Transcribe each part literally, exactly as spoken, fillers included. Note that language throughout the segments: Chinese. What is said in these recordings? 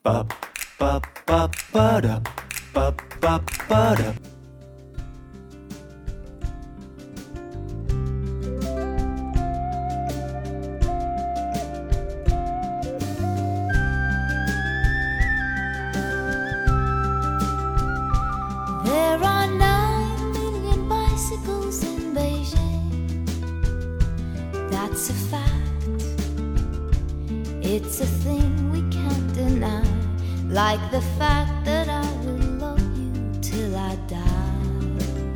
ba ba ba ba da ba ba ba da There are nine million bicycles in Beijing. That's a fact. It's a thing we can't deny. Like the fact that I will love you till I die.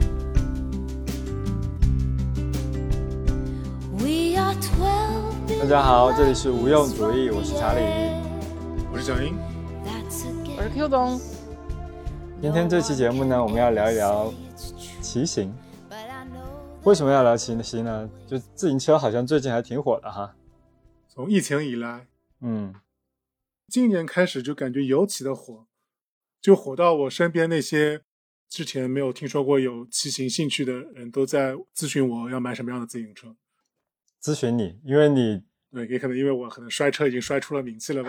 We are twelve. 大家好，这里是无用主义，我是查理。 我是小英。 我是 Q 总。 今天这期节目呢，我们要聊一聊骑行。为什么要聊骑行呢？就自行车好像最近还挺火的哈。 从疫情以来， 嗯， 今年开始就感觉尤其的火，就火到我身边那些之前没有听说过有骑行兴趣的人都在咨询我要买什么样的自行车。 咨询你，因为你对，也可能因为我可能摔车已经摔出了名气了吧。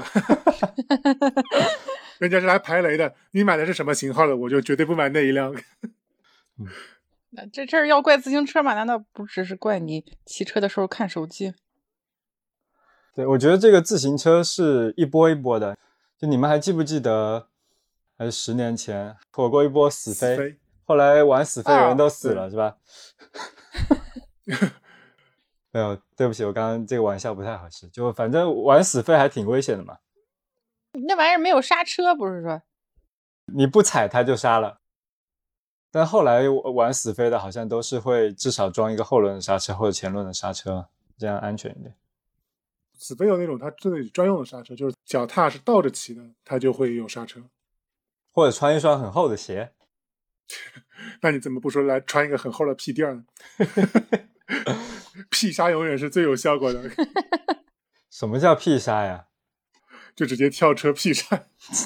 人家是来排雷的，你买的是什么型号的，我就绝对不买那一辆。 嗯，那这事儿要怪自行车吗？难道不只是怪你骑车的时候看手机？ 对，我觉得这个自行车是一波一波的。就你们还记不记得，还是十年前火过一波死飞， 死飞后来玩死飞的人都死了， 哦、 是吧？没有，对不起，我刚刚这个玩笑不太合适。就反正玩死飞还挺危险的嘛。 那玩意儿没有刹车，不是说你不踩它就刹了。但后来玩死飞的好像都是会至少装一个后轮的刹车或者前轮的刹车，这样安全一点。 死飞有那种它自己专用的刹车，就是脚踏是倒着骑的，它就会有刹车。 或者穿一双很厚的鞋。 那你怎么不说来穿一个很厚的屁垫呢？屁刹永远是最有效果的。 什么叫屁刹呀？ 就直接跳车屁刹。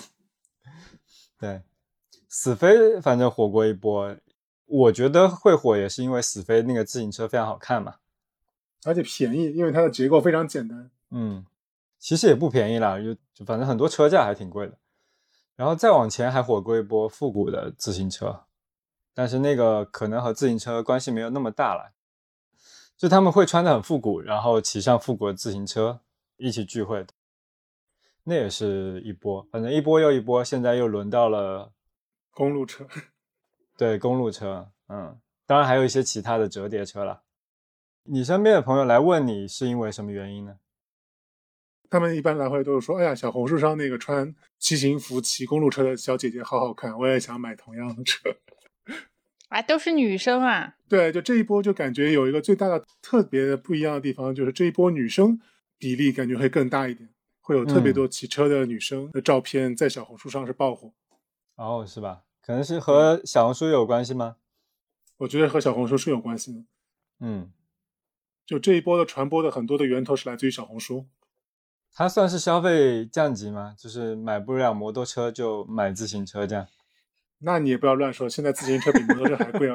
对，死飞反正火过一波，我觉得会火也是因为死飞那个自行车非常好看嘛， 而且便宜，因为它的结构非常简单。 嗯，其实也不便宜啦，就反正很多车价还挺贵的。然后再往前还火过一波复古的自行车，但是那个可能和自行车关系没有那么大了，就他们会穿得很复古，然后骑上复古的自行车一起聚会的。那也是一波，反正一波又一波，现在又轮到了公路车。 对，公路车，嗯，当然还有一些其他的折叠车了。你身边的朋友来问你是因为什么原因呢？ 他们一般来回都是说，哎呀，小红书上那个穿骑行服骑公路车的小姐姐好好看，我也想买同样的车。 啊，都是女生啊。 对，就这一波就感觉有一个最大的特别不一样的地方，就是这一波女生比例感觉会更大一点，会有特别多骑车的女生的照片在小红书上是爆火。 哦，是吧？可能是和小红书有关系吗？ 我觉得和小红书是有关系的。 嗯， 就这一波的传播的很多的源头是来自于小红书。 它算是消费降级吗？就是买不了摩托车就买自行车这样？ 那你也不要乱说，现在自行车比摩托车还贵啊。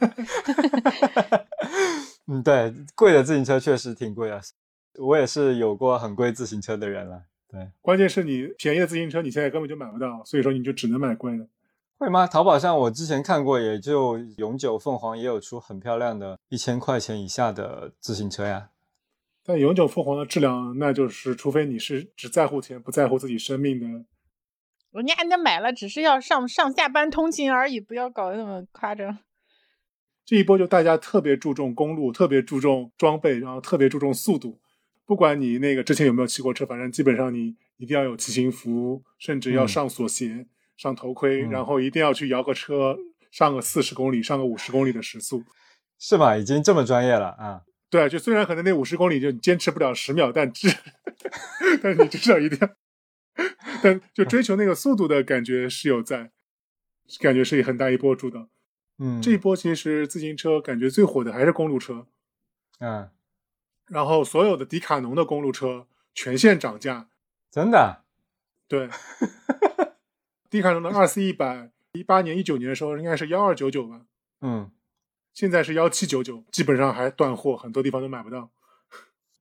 嗯，对，贵的自行车确实挺贵的，我也是有过很贵自行车的人了。对， 关键是你便宜的自行车你现在根本就买不到，所以说你就只能买贵的。 会吗？淘宝上我之前看过，也就永久凤凰也有出很漂亮的一千块钱以下的自行车呀。 但永久凤凰的质量，那就是除非你是只在乎钱不在乎自己生命的。 人家那买了只是要上上下班通勤而已，不要搞那么夸张。 这一波就大家特别注重公路，特别注重装备，然后特别注重速度。不管你那个之前有没有骑过车，反正基本上你一定要有骑行服，甚至要上锁鞋、嗯、上头盔、嗯、然后一定要去摇个车上个四十公里上个五十公里的时速。 是吧？已经这么专业了啊。 对，就虽然可能那五十公里就你坚持不了十秒，但至但是你至少一定要但就追求那个速度的感觉是有在，感觉是很大一波主导。 嗯， 这一波其实自行车感觉最火的还是公路车。 嗯， 然后所有的迪卡侬的公路车全线涨价。 真的？ 对。迪卡侬的二四一百一八年一九年的时候应该是一二九九吧。 嗯， 现在是一七九九，基本上还断货，很多地方都买不到。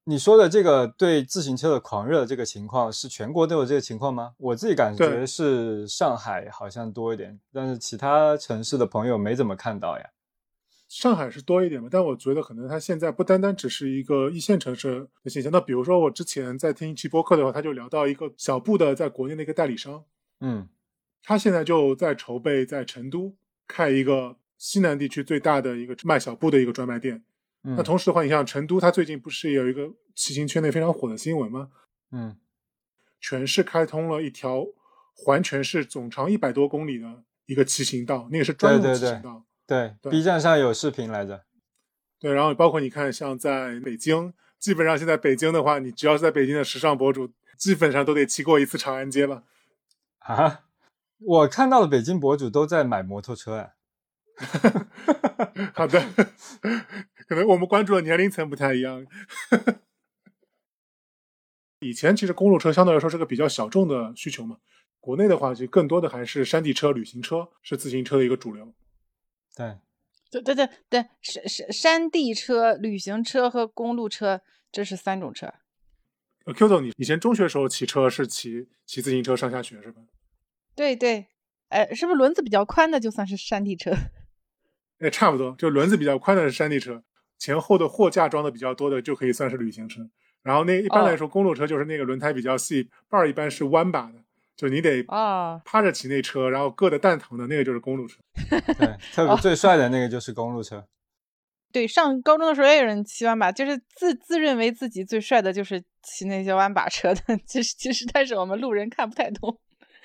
你说的这个对自行车的狂热这个情况是全国都有这个情况吗？我自己感觉是上海好像多一点，但是其他城市的朋友没怎么看到呀。 上海是多一点嘛，但我觉得可能它现在不单单只是一个一线城市的现象。那比如说我之前在听一期播客的话，他就聊到一个小布的在国内的一个代理商， 嗯， 他现在就在筹备在成都开一个西南地区最大的一个卖小布的一个专卖店。 嗯那同时的话，你像成都，它最近不是有一个骑行圈内非常火的新闻吗？ 嗯， 全市开通了一条环全市总长一百多公里的一个骑行道，那个是专用骑行道。 对对对， 对 B 站上有视频来着。 对，然后包括你看，像在北京，基本上现在北京的话，你只要是在北京的时尚博主，基本上都得骑过一次长安街了。 啊，我看到的北京博主都在买摩托车哎。 好的，可能我们关注的年龄层不太一样。以前其实公路车相对来说是个比较小众的需求嘛，国内的话，其实更多的还是山地车、旅行车是自行车的一个主流。 对， 对对对对，山山山地车、旅行车和公路车，这是三种车。 呃 Q 总，你以前中学时候骑车是骑骑自行车上下学是吧？ 对对，哎，是不是轮子比较宽的就算是山地车？ 哎，差不多，就轮子比较宽的是山地车，前后的货架装的比较多的就可以算是旅行车。然后那一般来说，公路车就是那个轮胎比较细，把儿一般是弯把的，就你得趴着骑那车，然后硌得蛋疼的那个就是公路车。 对，特别最帅的那个就是公路车。 对，上高中的时候也有人骑弯把，就是自自认为自己最帅的就是骑那些弯把车的，其实其实但是我们路人看不太懂。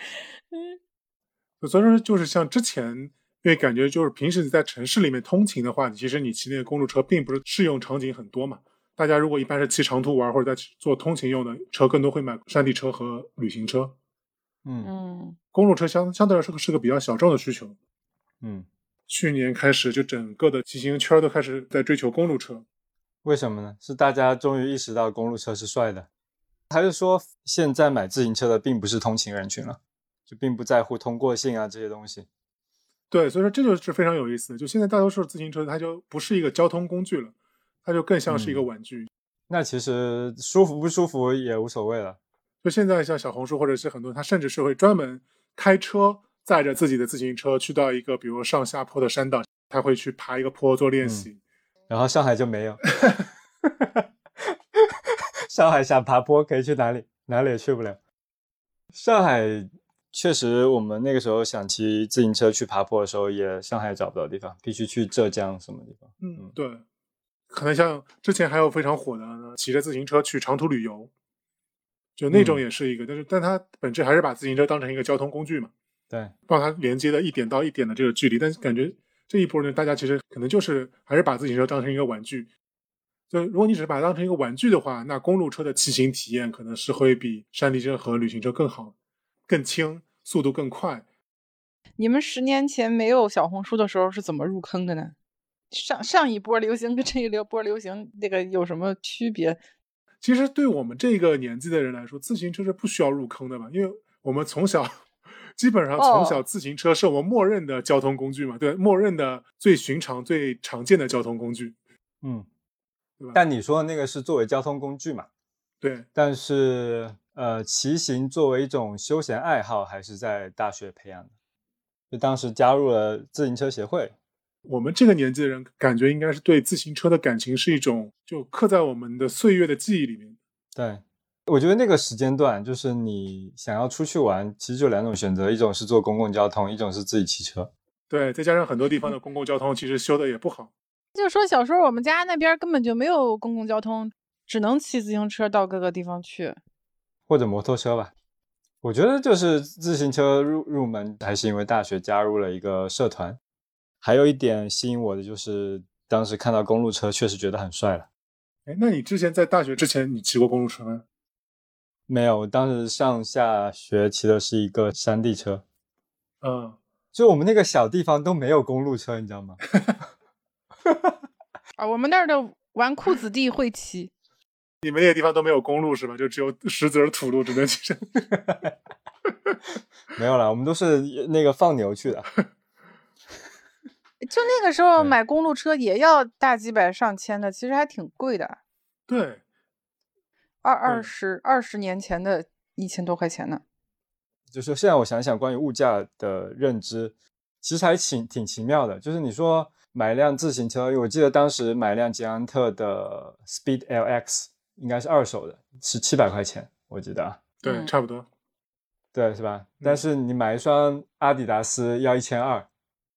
所以说就是像之前，因为感觉就是平时在城市里面通勤的话，其实你骑那个公路车并不是适用场景很多嘛。大家如果一般是骑长途玩或者在做通勤用的车，更多会买山地车和旅行车。 嗯， 公路车相相对来说是个比较小众的需求。 嗯， 去年开始就整个的骑行圈都开始在追求公路车。 为什么呢？是大家终于意识到公路车是帅的，还是说现在买自行车的并不是通勤人群了，就并不在乎通过性啊这些东西？ 对，所以说这就是非常有意思的。就现在大多数自行车它就不是一个交通工具了，它就更像是一个玩具。 嗯，那其实舒服不舒服也无所谓了。 就现在像小红书或者是很多，他甚至是会专门开车载着自己的自行车去到一个比如上下坡的山道，他会去爬一个坡做练习。 嗯，然后上海就没有。上海想爬坡可以去哪里？哪里也去不了。上海确实，我们那个时候想骑自行车去爬坡的时候，也上海找不到地方，必须去浙江什么地方。 嗯，对。可能像之前还有非常火的呢，骑着自行车去长途旅游，就那种也是一个，嗯，但是但它本质还是把自行车当成一个交通工具嘛。 对， 帮它连接的一点到一点的这个距离，但是感觉这一波人大家其实可能就是还是把自行车当成一个玩具。就如果你只是把它当成一个玩具的话，那公路车的骑行体验可能是会比山地车和旅行车更好，更轻，速度更快。 你们十年前没有小红书的时候是怎么入坑的呢？上上一波流行跟这一波流行这个有什么区别？ 其实对我们这个年纪的人来说，自行车是不需要入坑的吧，因为我们从小基本上从小自行车是我们默认的交通工具嘛，哦，对，默认的最寻常最常见的交通工具。 嗯，对吧？但你说的那个是作为交通工具嘛？ 对。 但是呃，骑行作为一种休闲爱好还是在大学培养的，就当时加入了自行车协会。 我们这个年纪的人感觉应该是对自行车的感情是一种就刻在我们的岁月的记忆里面。 对，我觉得那个时间段就是你想要出去玩，其实就两种选择，一种是坐公共交通，一种是自己骑车。 对，再加上很多地方的公共交通其实修的也不好。 就说小时候我们家那边根本就没有公共交通，只能骑自行车到各个地方去， 或者摩托车吧。我觉得就是自行车入入门还是因为大学加入了一个社团。还有一点吸引我的就是当时看到公路车确实觉得很帅了。 哎，那你之前在大学之前你骑过公路车吗？ 没有，我当时上下学骑的是一个山地车。 嗯， 就我们那个小地方都没有公路车，你知道吗？ 啊，我们那儿的纨绔子弟会骑。 你们那个地方都没有公路是吧？就只有石子土路，只能骑上。 没有啦，我们都是那个放牛去的。 就那个时候买公路车也要大几百上千的，其实还挺贵的。 对， 二二十二十年前的一千多块钱呢。 就是现在我想想关于物价的认知，其实还挺挺奇妙的。就是你说买一辆自行车，我记得当时买一辆捷安特的 Speed L X 应该是二手的，是七百块钱，我记得啊。 对， 嗯差不多。 对，是吧？但是你买一双阿迪达斯要一千二。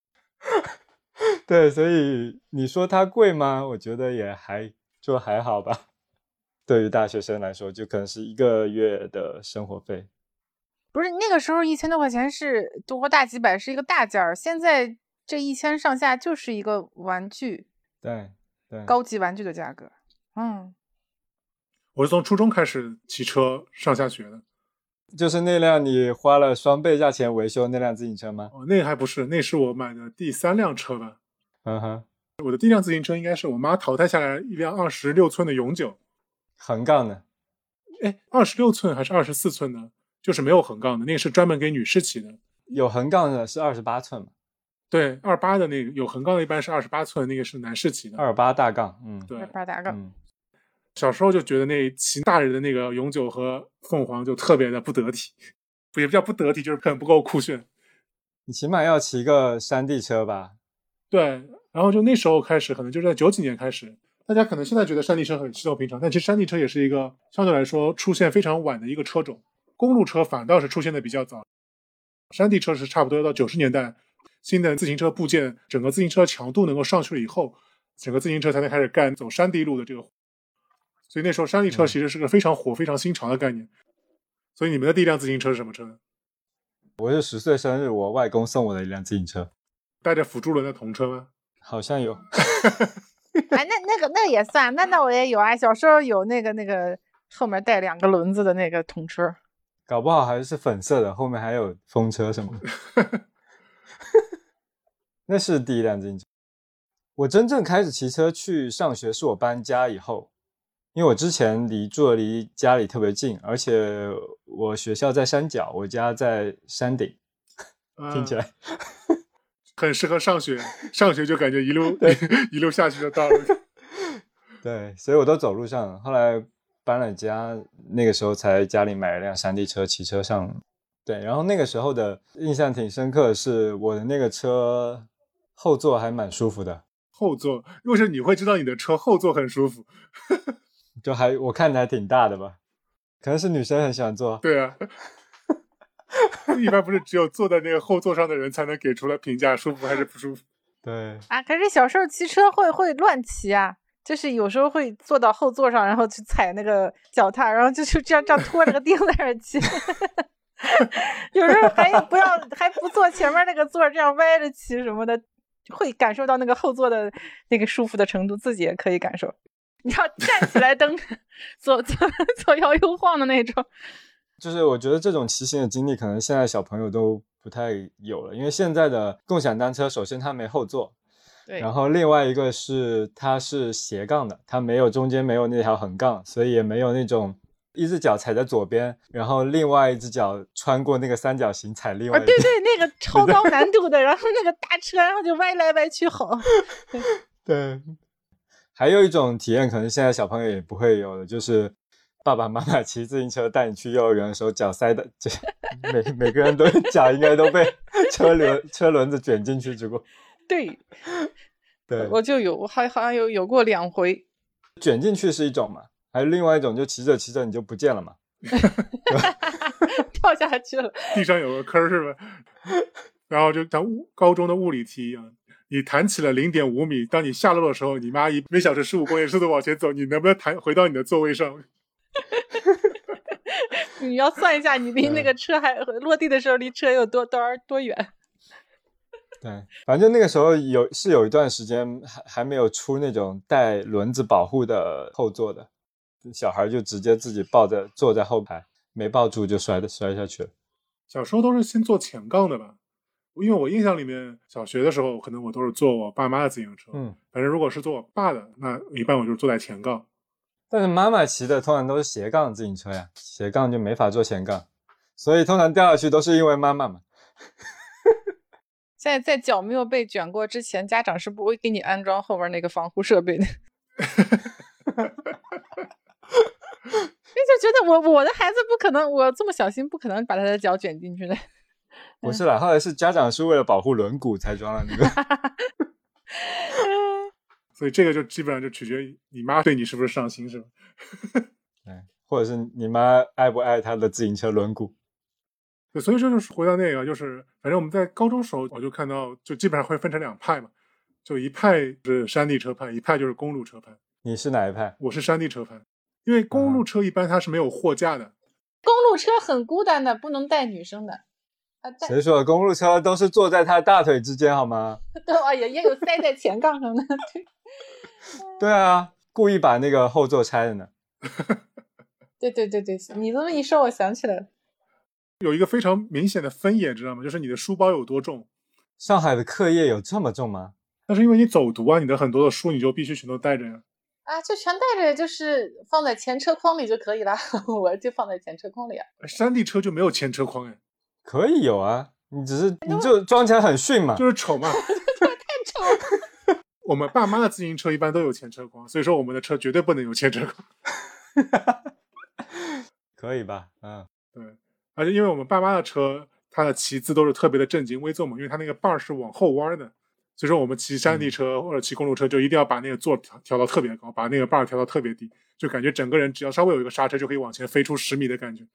对，所以你说它贵吗？我觉得也还就还好吧。对于大学生来说，就可能是一个月的生活费。 不是那个时候一千多块钱是多大几百是一个大件儿，现在这一千上下就是一个玩具， 对对， 高级玩具的价格。嗯， 我是从初中开始骑车上下学的。 就是那辆你花了双倍价钱维修那辆自行车吗？ 哦，那个还不是，那是我买的第三辆车吧。 嗯哼， 我的第一辆自行车应该是我妈淘汰下来一辆二十六寸的永久。 横杠的。 哎，二十六寸还是二十四寸呢？就是没有横杠的，那个是专门给女士骑的。 有横杠的是二十八寸嘛？ 对，二八的那个有横杠的一般是二十八寸，那个是男士骑的。 二八大杠，嗯， 对， 八大杠。 嗯， 小时候就觉得那骑大人的那个永久和凤凰就特别的不得体，也不叫不得体，就是很不够酷炫。 你起码要骑个山地车吧？ 对，然后就那时候开始，可能就是在九几年开始，大家可能现在觉得山地车很稀松平常，但其实山地车也是一个相对来说出现非常晚的一个车种。公路车反倒是出现的比较早，山地车是差不多要到九十年代，新的自行车部件，整个自行车强度能够上去了以后，整个自行车才能开始干走山地路的这个。所以那时候山地车其实是个非常火、非常新潮的概念。所以你们的第一辆自行车是什么车呢？ 我是十岁生日，我外公送我的一辆自行车， 带着辅助轮的童车吗？ 好像有。 哎，那那个那个也算，那那我也有啊，小时候有那个那个后面带两个轮子的那个童车。 搞不好还是粉色的，后面还有风车什么的。那是第一辆自行车。我真正开始骑车去上学是我搬家以后，因为我之前离住的离家里特别近，而且我学校在山脚，我家在山顶， 啊、 听起来很适合上学，上学就感觉一路一路下去就到了。 对，所以我都走路上了。后来搬了家，那个时候才家里买了辆山地车，骑车上。对，然后那个时候的印象挺深刻的是，我的那个车后座还蛮舒服的。 后座，为什么你会知道你的车后座很舒服？ 就还我看着还挺大的吧，可能是女生很喜欢坐。 对啊，一般不是只有坐在那个后座上的人才能给出来评价舒服还是不舒服。 对啊，可是小时候骑车会会乱骑啊。就是有时候会坐到后座上，然后去踩那个脚踏，然后就就这样这样拖着个钉在那儿骑。有时候还不要还不坐前面那个座，这样歪着骑什么的，会感受到那个后座的那个舒服的程度，自己也可以感受。你要站起来蹬，左左左摇右晃的那种。 就是我觉得这种骑行的经历，可能现在小朋友都不太有了，因为现在的共享单车，首先它没后座。然后另外一个是它是斜杠的，它没有中间没有那条横杠，所以也没有那种一只脚踩在左边，然后另外一只脚穿过那个三角形踩另外一边、 啊、对对，那个超高难度的，然后那个大车然后就歪来歪去好。 对, 对，还有一种体验可能现在小朋友也不会有的，就是爸爸妈妈骑自行车带你去幼儿园的时候，脚塞的每每个人都脚应该都被车轮车轮子卷进去之过。 对， 对， 我就有，好好像有有过两回。 卷进去是一种嘛，还有另外一种就骑着骑着你就不见了嘛， 跳下去了， 地上有个坑是吧？然后就像高中的物理题一样，你弹起了 零点五米，当你下落的时候，你妈以每小时十五公里速度往前走，你能不能弹回到你的座位上？ 你要算一下，你离那个车还落地的时候离车有多多多远？ 对，反正那个时候有是有一段时间还还没有出那种带轮子保护的后座的，小孩就直接自己抱着坐在后排，没抱住就摔的摔下去了。 小时候都是先坐前杠的吧，因为我印象里面小学的时候可能我都是坐我爸妈的自行车， 嗯， 反正如果是坐我爸的，那一般我就坐在前杠。 但是妈妈骑的通常都是斜杠自行车呀，斜杠就没法坐前杠，所以通常掉下去都是因为妈妈嘛。 在在脚没有被卷过之前，家长是不会给你安装后边那个防护设备的。 就觉得我我的孩子不可能，我这么小心不可能把他的脚卷进去的。 不是啦，后来是家长是为了保护轮毂才装了那个。 所以这个就基本上就取决于你妈对你是不是上心，是吧？ 对，或者是你妈爱不爱她的自行车轮毂。 对，所以说就是回到那个，就是反正我们在高中时候我就看到，就基本上会分成两派嘛，就一派是山地车派，一派就是公路车派。 你是哪一派？ 我是山地车派，因为公路车一般它是没有货架的。 公路车很孤单的，不能带女生的。啊，带谁说的？公路车都是坐在他大腿之间好吗？ 对啊，也也有塞在前杠上的。对对啊，故意把那个后座拆了呢。 对对对对，你这么一说，我想起来了。 有一个非常明显的分野，知道吗？就是你的书包有多重。 上海的课业有这么重吗？ 那是因为你走读啊，你的很多的书你就必须全都带着呀。 啊，就全带着，就是放在前车筐里就可以了。我就放在前车筐里啊。 山地车就没有前车筐哎。 可以有啊，你只是你就装起来很逊嘛。 就是丑嘛。 太丑了。 我们爸妈的自行车一般都有前车筐，所以说我们的车绝对不能有前车筐。 可以吧？嗯， 对，而且因为我们爸妈的车，它的骑姿都是特别的正襟危坐嘛，因为它那个把是往后弯的，所以说我们骑山地车或者骑公路车就一定要把那个座调调到特别高，把那个把调到特别低，就感觉整个人只要稍微有一个刹车就可以往前飞出十米的感觉。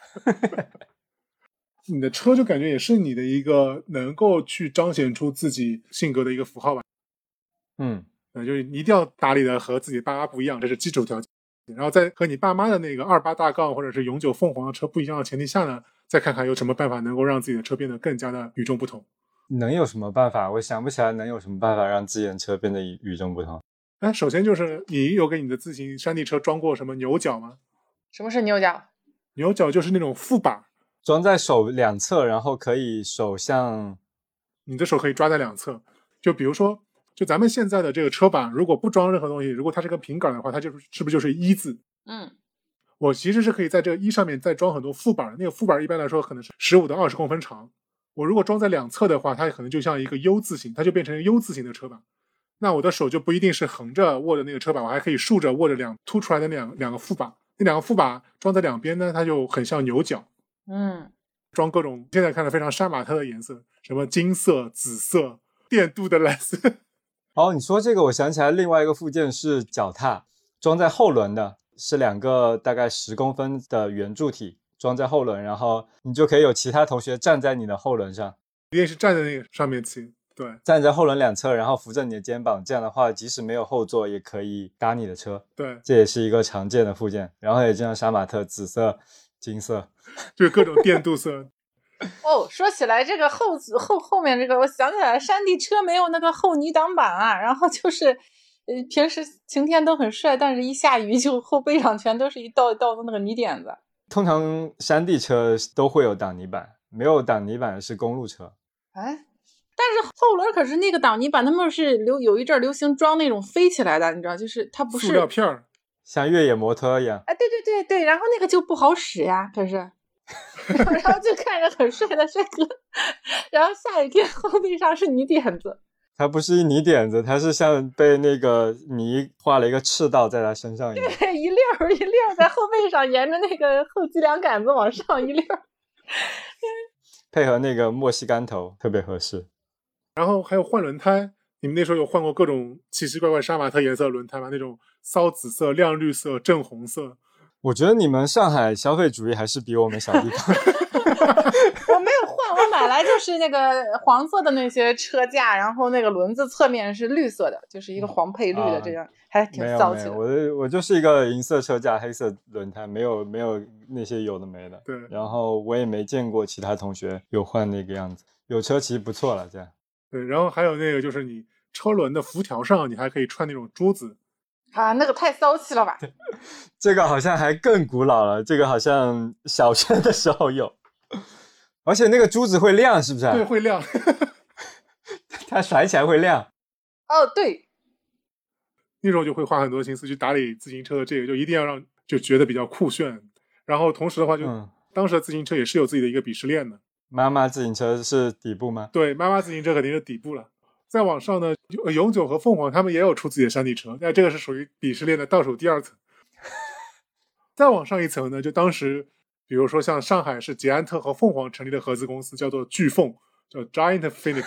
你的车就感觉也是你的一个能够去彰显出自己性格的一个符号吧。 嗯， 就是你一定要打理的和自己爸妈不一样，这是基础条件。然后在和你爸妈的那个二八大杠或者是永久凤凰的车不一样的前提下呢，再看看有什么办法能够让自己的车变得更加的与众不同。 能有什么办法？我想不起来能有什么办法让自己的车变得与众不同。 哎，首先就是你有给你的自行山地车装过什么牛角吗？ 什么是牛角？ 牛角就是那种副把， 装在手两侧，然后可以手向你的手可以抓在两侧。就比如说，就咱们现在的这个车把，如果不装任何东西，如果它是个平杆的话，它就是是不是就是一字？ 嗯， 我其实是可以在这个一上面再装很多副板，那个副板一般来说可能是十五到二十公分长。我如果装在两侧的话，它可能就像一个 U 字形，它就变成一个 U 字形的车把。那我的手就不一定是横着握着那个车把，我还可以竖着握着两凸出来的两两个副把。那两个副把装在两边呢，它就很像牛角。 嗯， 装各种现在看的非常杀马特的颜色，什么金色、紫色、电镀的蓝色。 哦，你说这个我想起来另外一个附件是脚踏，装在后轮的，是两个大概十公分的圆柱体装在后轮，然后你就可以有其他同学站在你的后轮上， 一定是站在那个上面骑。对， 站在后轮两侧，然后扶着你的肩膀，这样的话即使没有后座也可以搭你的车。 对， 这也是一个常见的附件，然后也就像杀马特紫色、金色， 就是各种电镀色。 哦，说起来这个后后后面这个，我想起来山地车没有那个后泥挡板啊，然后就是呃平时晴天都很帅，但是一下雨就后背上全都是一道一道的那个泥点子。 通常山地车都会有挡泥板，没有挡泥板的是公路车。 哎，但是后轮可是那个挡泥板，他们是流有一阵流行装那种飞起来的，你知道，就是它不是塑料片儿， 像越野摩托一样。 哎，对对对对，然后那个就不好使呀，可是。然后就看着很帅的帅哥，然后下雨天后背上是泥点子。 它不是一泥点子，它是像被那个泥画了一个赤道在他身上一样。 对，一溜儿一溜儿在后背上，沿着那个后脊梁杆子往上一溜儿。 配合那个墨西干头特别合适。 然后还有换轮胎，你们那时候有换过各种奇奇怪怪杀马特颜色的轮胎吗？那种骚紫色、亮绿色、正红色。 我觉得你们上海消费主义还是比我们小地方。 我没有换，我买来就是那个黄色的那些车架，然后那个轮子侧面是绿色的，就是一个黄配绿的， 啊这样、还挺没有骚气的。 没有，我的我就是一个银色车架、黑色轮胎，没有没有那些有的没的。 对， 然后我也没见过其他同学有换那个样子，有车其实不错了，这样。 对，然后还有那个就是你车轮的辐条上，你还可以串那种珠子。 啊，那个太骚气了吧！ 这个好像还更古老了，这个好像小学的时候有，而且那个珠子会亮，是不是？ 对，会亮。 它甩起来会亮。 哦，对， 那时候就会花很多心思去打理自行车的这个，就一定要让就觉得比较酷炫。然后同时的话就，就、 嗯、 当时的自行车也是有自己的一个鄙视链的。 妈妈自行车是底部吗？ 对，妈妈自行车肯定是底部了。再往上呢，永久和凤凰他们也有出自己的山地车，那这个是属于鄙视链的倒数第二层。 再往上一层呢，就当时比如说像上海是捷安特和凤凰成立的合资公司，叫做巨凤，叫 Giant Phoenix。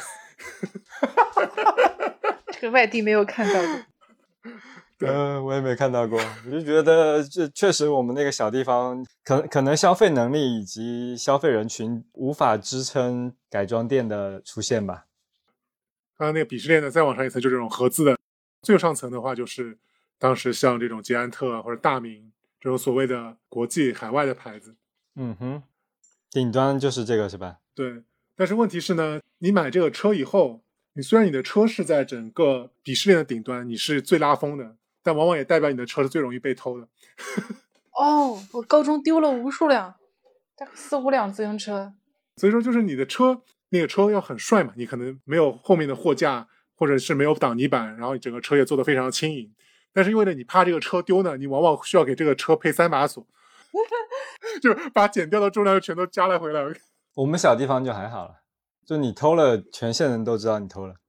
这个外地没有看到过。 呃，我也没看到过，我就觉得这确实我们那个小地方，可能可能消费能力以及消费人群无法支撑改装店的出现吧。 刚刚那个鄙视链呢，再往上一层就是这种合资的，最上层的话就是当时像这种捷安特啊或者大明这种所谓的国际海外的牌子。 嗯哼，顶端就是这个是吧？ 对，但是问题是呢，你买这个车以后，你虽然你的车是在整个鄙视链的顶端，你是最拉风的，但往往也代表你的车是最容易被偷的。 哦，我高中丢了无数辆，大概四五辆自行车。 所以说就是你的车那个车要很帅嘛，你可能没有后面的货架，或者是没有挡泥板，然后整个车也做得非常轻盈，但是因为呢你怕这个车丢呢，你往往需要给这个车配三把锁。就把减掉的重量全都加了回来。 我们小地方就还好了，就你偷了，全县人都知道你偷了。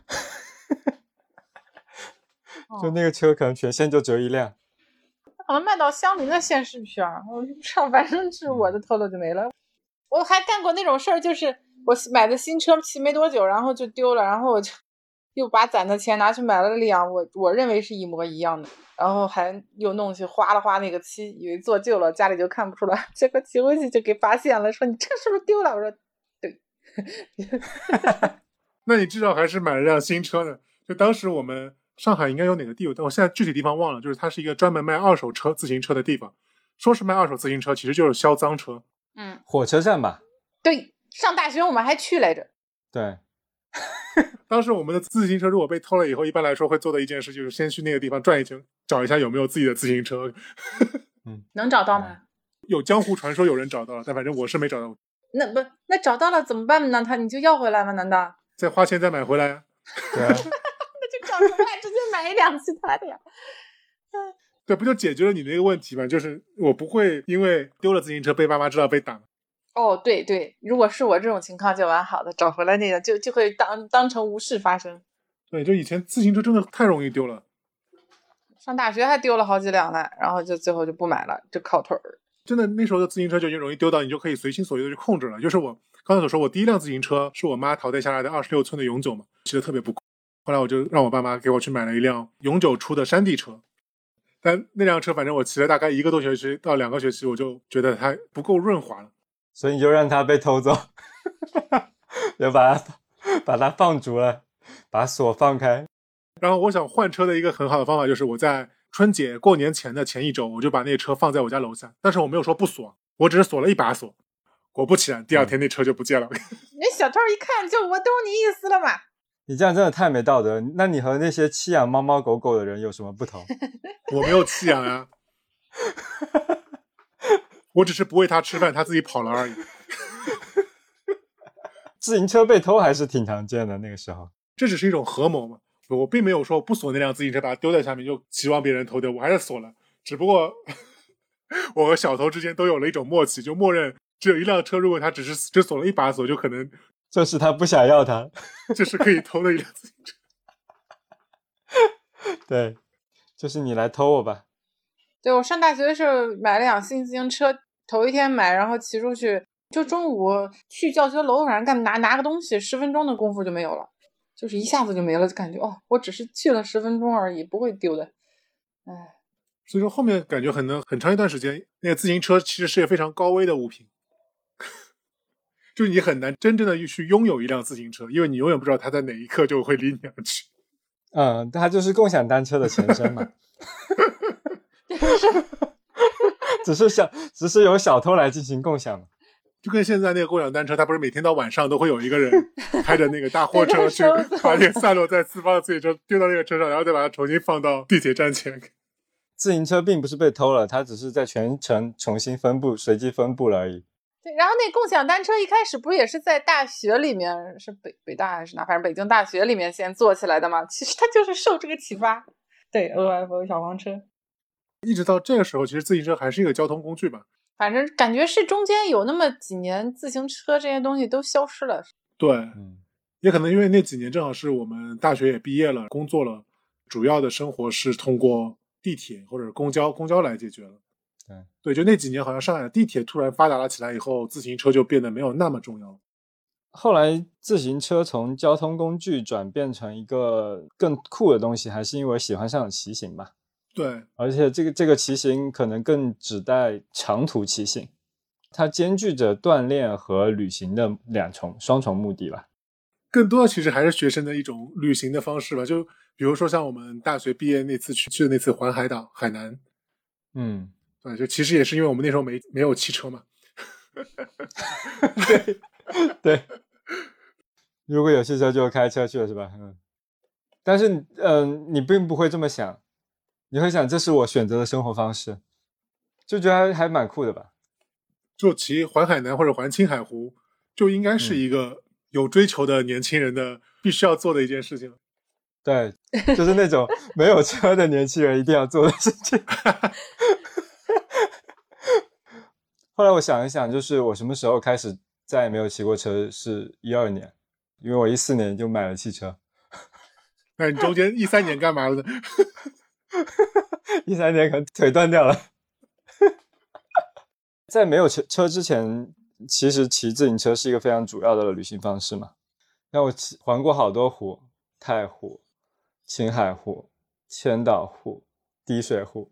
就那个车可能全县就只有一辆， 可能卖到相邻的县市去啊，我就不知道，反正是我的偷了就没了。我还干过那种事儿，就是我买的新车骑没多久，然后就丢了，然后我就又把攒的钱拿去买了辆我我认为是一模一样的，然后还又弄去花了花那个漆，以为做旧了，家里就看不出来，结果骑回去就给发现了，说你这是不是丢了？我说对。 那你至少还是买了辆新车呢。就当时我们上海应该有哪个地方，但我现在具体地方忘了，就是它是一个专门卖二手车自行车的地方，说是卖二手自行车，其实就是销赃车。 嗯， 火车站吧。 对，上大学我们还去来着。 对。 当时我们的自行车如果被偷了以后，一般来说会做的一件事就是先去那个地方转一圈，找一下有没有自己的自行车。 嗯， 能找到吗？ 有江湖传说有人找到了，但反正我是没找到。 那不那找到了怎么办呢？他你就要回来吗？难道再花钱再买回来啊？ 对啊。 那就找回来，直接买一辆其他的呀。 对，不就解决了你那个问题吗？就是我不会因为丢了自行车被爸妈知道被打。 哦，对对，如果是我这种情况就完好的，找回来那个就就会当当成无事发生。 对，就以前自行车真的太容易丢了， 上大学还丢了好几辆呢，然后就最后就不买了，就靠腿儿。 真的那时候的自行车就已经容易丢到，你就可以随心所欲的去控制了。就是我刚才所说，我第一辆自行车是我妈淘汰下来的二十六寸的永久嘛，骑得特别不快。后来我就让我爸妈给我去买了一辆永久出的山地车，但那辆车反正我骑了大概一个多学期到两个学期，我就觉得它不够润滑了。 所以你就让它被偷走，就把它把它放逐了，把锁放开。 然后我想换车的一个很好的方法就是我在春节过年前的前一周，我就把那车放在我家楼下，但是我没有说不锁，我只是锁了一把锁。果不其然，第二天那车就不见了。 那小偷一看就我懂你意思了嘛。 你这样真的太没道德，那你和那些弃养猫猫狗狗的人有什么不同？ 我没有弃养啊。我只是不喂它吃饭，它自己跑了而已。 自行车被偷还是挺常见的，那个时候。 这只是一种合谋嘛，我并没有说不锁那辆自行车，把它丢在下面就期望别人偷丢，我还是锁了。只不过我和小偷之间都有了一种默契，就默认只有一辆车，如果他只是只锁了一把锁，就可能就是他不想要它， 这是可以偷的一辆自行车。 对，就是你来偷我吧。 对，我上大学的时候买了辆新自行车，头一天买，然后骑出去，就中午去教学楼，反正干拿拿个东西，十分钟的功夫就没有了，就是一下子就没了，就感觉哦，我只是去了十分钟而已，不会丢的。哎， 所以说后面感觉很能很长一段时间，那个自行车其实是一个非常高危的物品，就你很难真正的去拥有一辆自行车，因为你永远不知道它在哪一刻就会离你而去。 嗯，它就是共享单车的前身嘛。只是小，只是由小偷来进行共享。 就跟现在那个共享单车，它不是每天到晚上都会有一个人开着那个大货车去把那个散落在四方的自行车丢到那个车上，然后再把它重新放到地铁站前。 自行车并不是被偷了，它只是在全城重新分布、随机分布了而已。 对，然后那共享单车一开始不也是在大学里面，是北北大还是哪，反正北京大学里面先做起来的吗？其实它就是受这个启发。对 ，O F O 小黄车。 一直到这个时候，其实自行车还是一个交通工具吧。 反正感觉是中间有那么几年，自行车这些东西都消失了。 对， 嗯， 也可能因为那几年正好是我们大学也毕业了，工作了，主要的生活是通过地铁或者公交公交来解决了。 对对，就那几年好像上海的地铁突然发达了起来以后，自行车就变得没有那么重要。 后来自行车从交通工具转变成一个更酷的东西，还是因为喜欢上了骑行吧。 对， 而且这个这个骑行可能更指代长途骑行，它兼具着锻炼和旅行的两重双重目的吧。 更多的其实还是学生的一种旅行的方式吧。就比如说像我们大学毕业那次去去的那次环海岛海南， 嗯， 对，就其实也是因为我们那时候没没有汽车嘛。 对对，如果有汽车就开车去了是吧？嗯，但是嗯、呃，你并不会这么想，你会想这是我选择的生活方式，就觉得还还蛮酷的吧。 就骑环海南或者环青海湖，就应该是一个有追求的年轻人的必须要做的一件事情。 对，就是那种没有车的年轻人一定要做的事情。后来我想一想，就是我什么时候开始再也没有骑过车，是一二年，因为我一四年就买了汽车。 那你中间一三年干嘛了呢？ 一三年可能腿断掉了。在没有车车之前，其实骑自行车是一个非常主要的旅行方式嘛。那我骑环过好多湖，太湖、青海湖、千岛湖、滴水湖。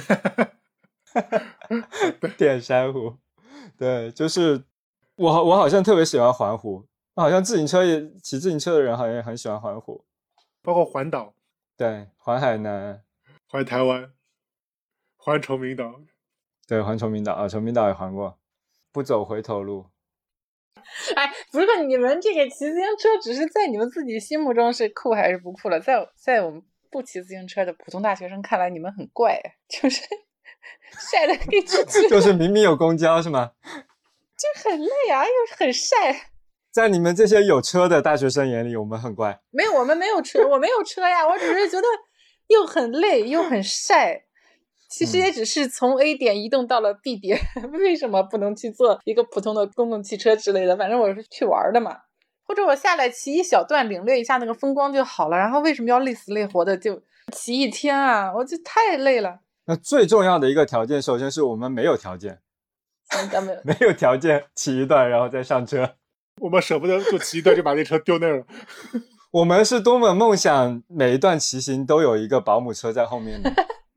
淀山湖，对，就是我我好像特别喜欢环湖，好像自行车也骑自行车的人好像也很喜欢环湖， 包括环岛， 对，环海南、 环台湾、环崇明岛， 对，环崇明岛啊，崇明岛也环过，不走回头路。 哎，不是你们这个骑自行车，只是在你们自己心目中是酷还是不酷了？在在我们不骑自行车的普通大学生看来，你们很怪，就是晒得可以出去， 就是明明有公交是吗？ 就很累啊，又很晒。 在你们这些有车的大学生眼里，我们很怪。 没有，我们没有车，我没有车呀，我只是觉得又很累又很晒。其实也只是从 A 点移动到了 B 点，嗯、为什么不能去坐一个普通的公共汽车之类的？反正我是去玩的嘛，或者我下来骑一小段，领略一下那个风光就好了。然后为什么要累死累活的就骑一天啊？我就太累了。 那最重要的一个条件，首先是我们没有条件， 咱们没有条件骑一段然后再上车， 我们舍不得就骑一段就把那车丢那儿了。 我们是多么梦想每一段骑行都有一个保姆车在后面的。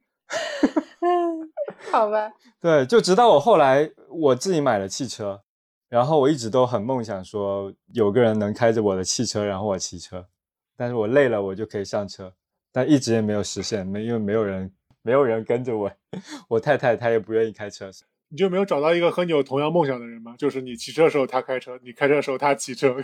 好吧， 对，就直到我后来我自己买了汽车，然后我一直都很梦想说有个人能开着我的汽车，然后我骑车，但是我累了我就可以上车，但一直也没有实现，没因为没有人没有人跟着我，我太太她也不愿意开车。 你就没有找到一个和你有同样梦想的人吗？就是你骑车的时候他开车，你开车的时候他骑车，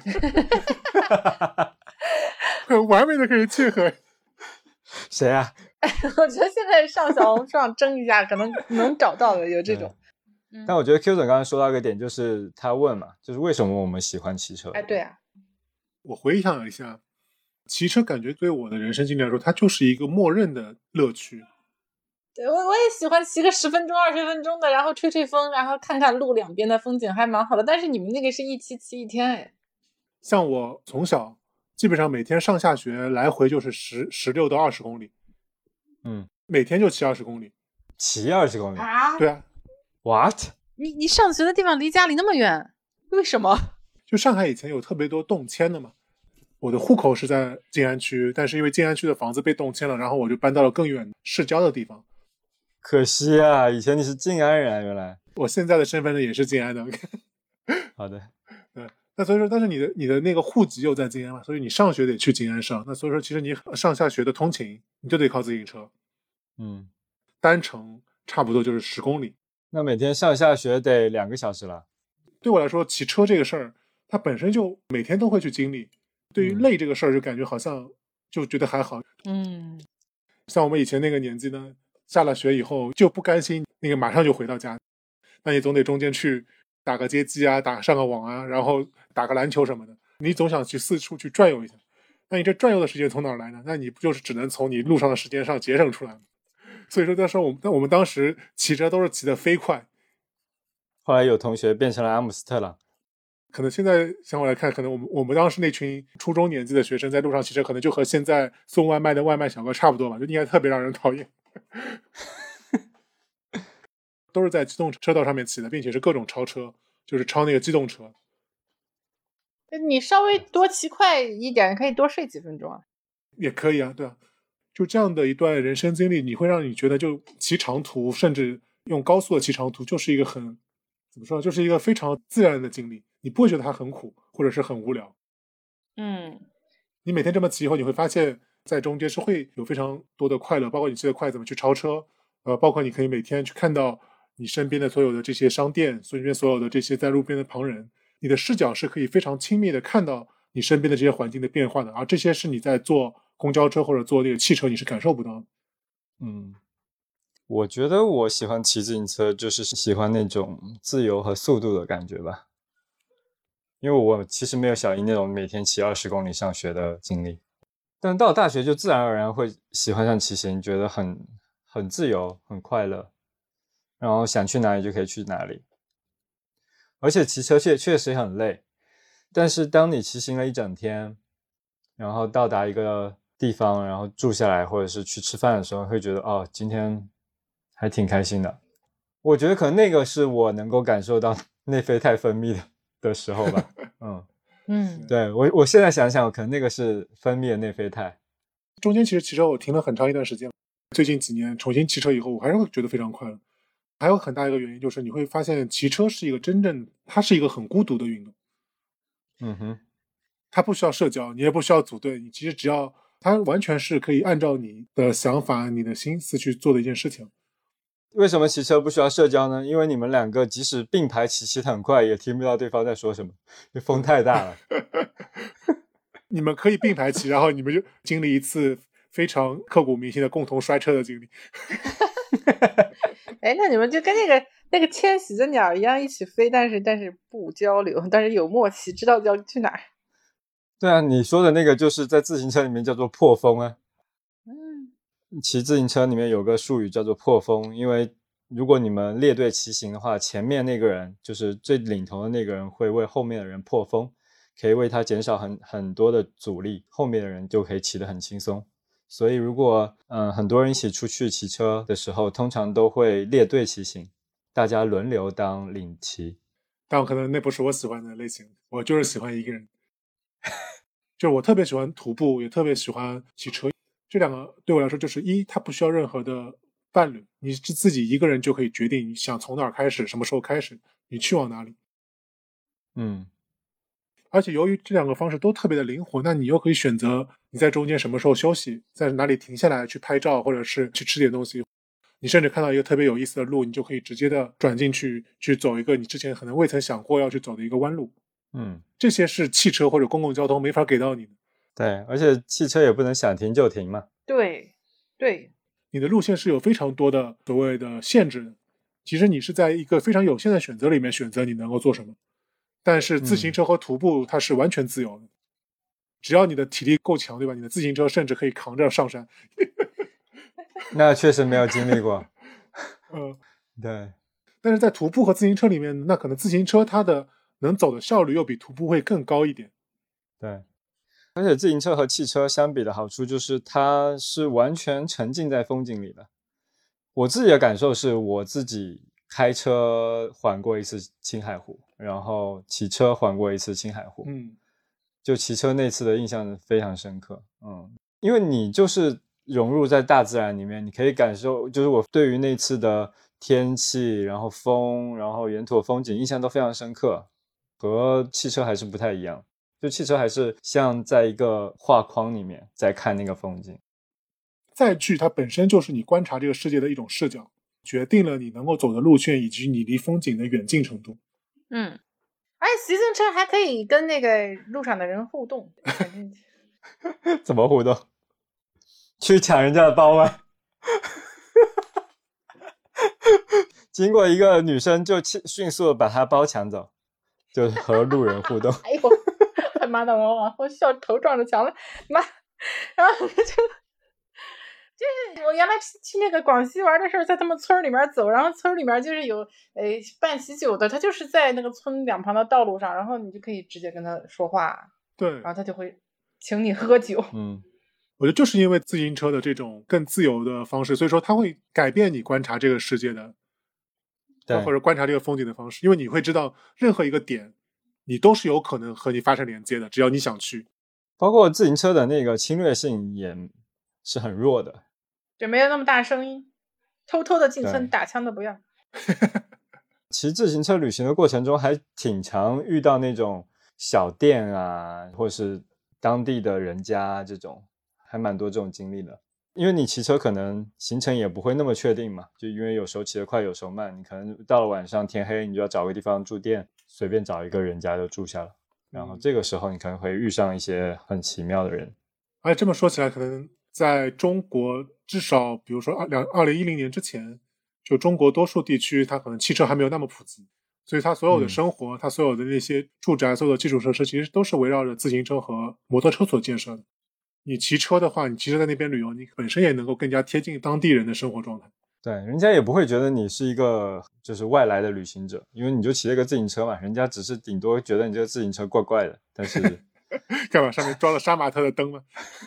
很完美的可以契合。 谁啊？ 我觉得现在上小红书上争一下，可能能找到的有这种。 嗯、但我觉得 Q 总刚才说到一个点，就是他问嘛，就是为什么我们喜欢骑车？ 哎，对啊， 我回想一下，骑车感觉对我的人生经历来说，它就是一个默认的乐趣。 对，我我也喜欢骑个十分钟、二十分钟的，然后吹吹风，然后看看路两边的风景，还蛮好的。但是你们那个是一骑骑一天，哎。 像我从小基本上每天上下学来回就是十十六到二十公里， 嗯， 每天就骑二十公里， 骑二十公里啊？ 对啊。 What？ 你你上学的地方离家里那么远，为什么？ 就上海以前有特别多动迁的嘛，我的户口是在静安区，但是因为静安区的房子被动迁了，然后我就搬到了更远市郊的地方。 可惜啊，以前你是静安人啊，原来。 我现在的身份呢也是静安的。 好的。 对，那所以说，但是你的你的那个户籍又在静安嘛，所以你上学得去静安上。那所以说，其实你上下学的通勤，你就得靠自行车。 嗯， 单程差不多就是十公里。 那每天上下学得两个小时了。 对我来说，骑车这个事儿，它本身就每天都会去经历。对于累这个事儿，就感觉好像就觉得还好。 嗯， 像我们以前那个年纪呢，下了学以后就不甘心那个马上就回到家，那你总得中间去打个街机啊，打上个网啊，然后打个篮球什么的，你总想去四处去转悠一下。那你这转悠的时间从哪儿来呢？那你不就是只能从你路上的时间上节省出来吗？所以说那时候我们我们当时骑车都是骑得飞快。 后来有同学变成了阿姆斯特朗。 可能现在想我来看，可能我们我们当时那群初中年纪的学生在路上骑车，可能就和现在送外卖的外卖小哥差不多吧，就应该特别让人讨厌。 都是在机动车道上面骑的，并且是各种超车，就是超那个机动车。 你稍微多骑快一点，可以多睡几分钟啊。 也可以啊，对啊，就这样的一段人生经历，你会让你觉得就骑长途，甚至用高速的骑长途，就是一个很怎么说，就是一个非常自然的经历，你不会觉得它很苦或者是很无聊。 嗯， 你每天这么骑以后，你会发现在中间是会有非常多的快乐，包括你骑得快怎么去超车，呃，包括你可以每天去看到你身边的所有的这些商店，身边所有的这些在路边的旁人，你的视角是可以非常亲密的看到你身边的这些环境的变化的，而这些是你在坐公交车或者坐那个汽车你是感受不到的。 嗯，我觉得我喜欢骑自行车，就是喜欢那种自由和速度的感觉吧。因为我其实没有小姨那种每天骑二十公里上学的经历，但到大学就自然而然会喜欢上骑行，觉得很很自由，很快乐，然后想去哪里就可以去哪里。而且骑车确确实很累，但是当你骑行了一整天，然后到达一个地方，然后住下来或者是去吃饭的时候，会觉得哦，今天还挺开心的。我觉得可能那个是我能够感受到内啡肽分泌的的时候吧。嗯嗯， 对，我我现在想想，可能那个是分泌的内啡肽。 中间其实骑车我停了很长一段时间，最近几年重新骑车以后，我还是会觉得非常快乐。还有很大一个原因就是你会发现骑车是一个真正它是一个很孤独的运动。 嗯哼， 它不需要社交，你也不需要组队，你其实只要它完全是可以按照你的想法你的心思去做的一件事情。 为什么骑车不需要社交呢？因为你们两个即使并排骑骑得很快，也听不到对方在说什么，因为风太大了。 你们可以并排骑，然后你们就经历一次非常刻骨铭心的共同摔车的经历。 哎，那你们就跟那个那个迁徙的鸟一样，一起飞，但是但是不交流，但是有默契，知道要去哪儿。 对啊，你说的那个就是在自行车里面叫做破风啊。 嗯， 骑自行车里面有个术语叫做破风，因为如果你们列队骑行的话，前面那个人就是最领头的那个人会为后面的人破风，可以为他减少很很多的阻力，后面的人就可以骑得很轻松。所以如果嗯、呃、很多人一起出去骑车的时候，通常都会列队骑行，大家轮流当领骑。 但可能那不是我喜欢的类型，我就是喜欢一个人。就是我特别喜欢徒步，也特别喜欢骑车。这两个对我来说，就是一，它不需要任何的伴侣，你是自己一个人就可以决定你想从哪儿开始，什么时候开始，你去往哪里。 嗯， 而且由于这两个方式都特别的灵活，那你又可以选择你在中间什么时候休息，在哪里停下来去拍照，或者是去吃点东西。你甚至看到一个特别有意思的路，你就可以直接的转进去，去走一个你之前可能未曾想过要去走的一个弯路。 嗯， 这些是汽车或者公共交通没法给到你的。 对，而且汽车也不能想停就停嘛。 对对， 你的路线是有非常多的所谓的限制的。其实你是在一个非常有限的选择里面选择你能够做什么。但是自行车和徒步它是完全自由的，嗯、只要你的体力够强，对吧？你的自行车甚至可以扛着上山。 那确实没有经历过。 嗯， 对。 但是在徒步和自行车里面，那可能自行车它的能走的效率又比徒步会更高一点。 对，而且自行车和汽车相比的好处就是它是完全沉浸在风景里的。我自己的感受是我自己开车环过一次青海湖，然后骑车环过一次青海湖。 嗯， 就骑车那次的印象非常深刻。嗯，因为你就是融入在大自然里面，你可以感受，就是我对于那次的天气，然后风，然后沿途风景印象都非常深刻，和汽车还是不太一样。就汽车还是像在一个画框里面在看那个风景。 载具它本身就是你观察这个世界的一种视角，决定了你能够走的路线以及你离风景的远近程度。 嗯，而且骑自行车还可以跟那个路上的人互动。 怎么互动？去抢人家的包吗？经过一个女生就迅速的把她包抢走，就是和路人互动。 哎呦，他妈的，我我笑头撞着墙了，妈！然后就就是我原来去那个广西玩的时候，在他们村里面走，然后村里面就是有呃办喜酒的，他就是在那个村两旁的道路上，然后你就可以直接跟他说话， 对， 然后他就会请你喝酒。 嗯， 我觉得就是因为自行车的这种更自由的方式，所以说它会改变你观察这个世界的对或者观察这个风景的方式，因为你会知道任何一个点你都是有可能和你发生连接的，只要你想去。 包括自行车的那个侵略性也是很弱的， 就没有那么大声音，偷偷的进村对打枪的不要。 骑自行车旅行的过程中还挺常遇到那种小店啊，或是当地的人家，这种还蛮多这种经历的。因为你骑车可能行程也不会那么确定嘛，就因为有时候骑得快有时候慢，你可能到了晚上天黑你就要找个地方住店，随便找一个人家就住下了，然后这个时候你可能会遇上一些很奇妙的人。 而且这么说起来，可能在中国至少比如说二零一零年之前，就中国多数地区它可能汽车还没有那么普及，所以它所有的生活、嗯、它所有的那些住宅，所有的基础设施其实都是围绕着自行车和摩托车所建设的。你骑车的话，你骑车在那边旅游，你本身也能够更加贴近当地人的生活状态。 对，人家也不会觉得你是一个就是外来的旅行者，因为你就骑了个自行车嘛，人家只是顶多觉得你这个自行车怪怪的，但是干嘛上面装了杀马特的灯吗？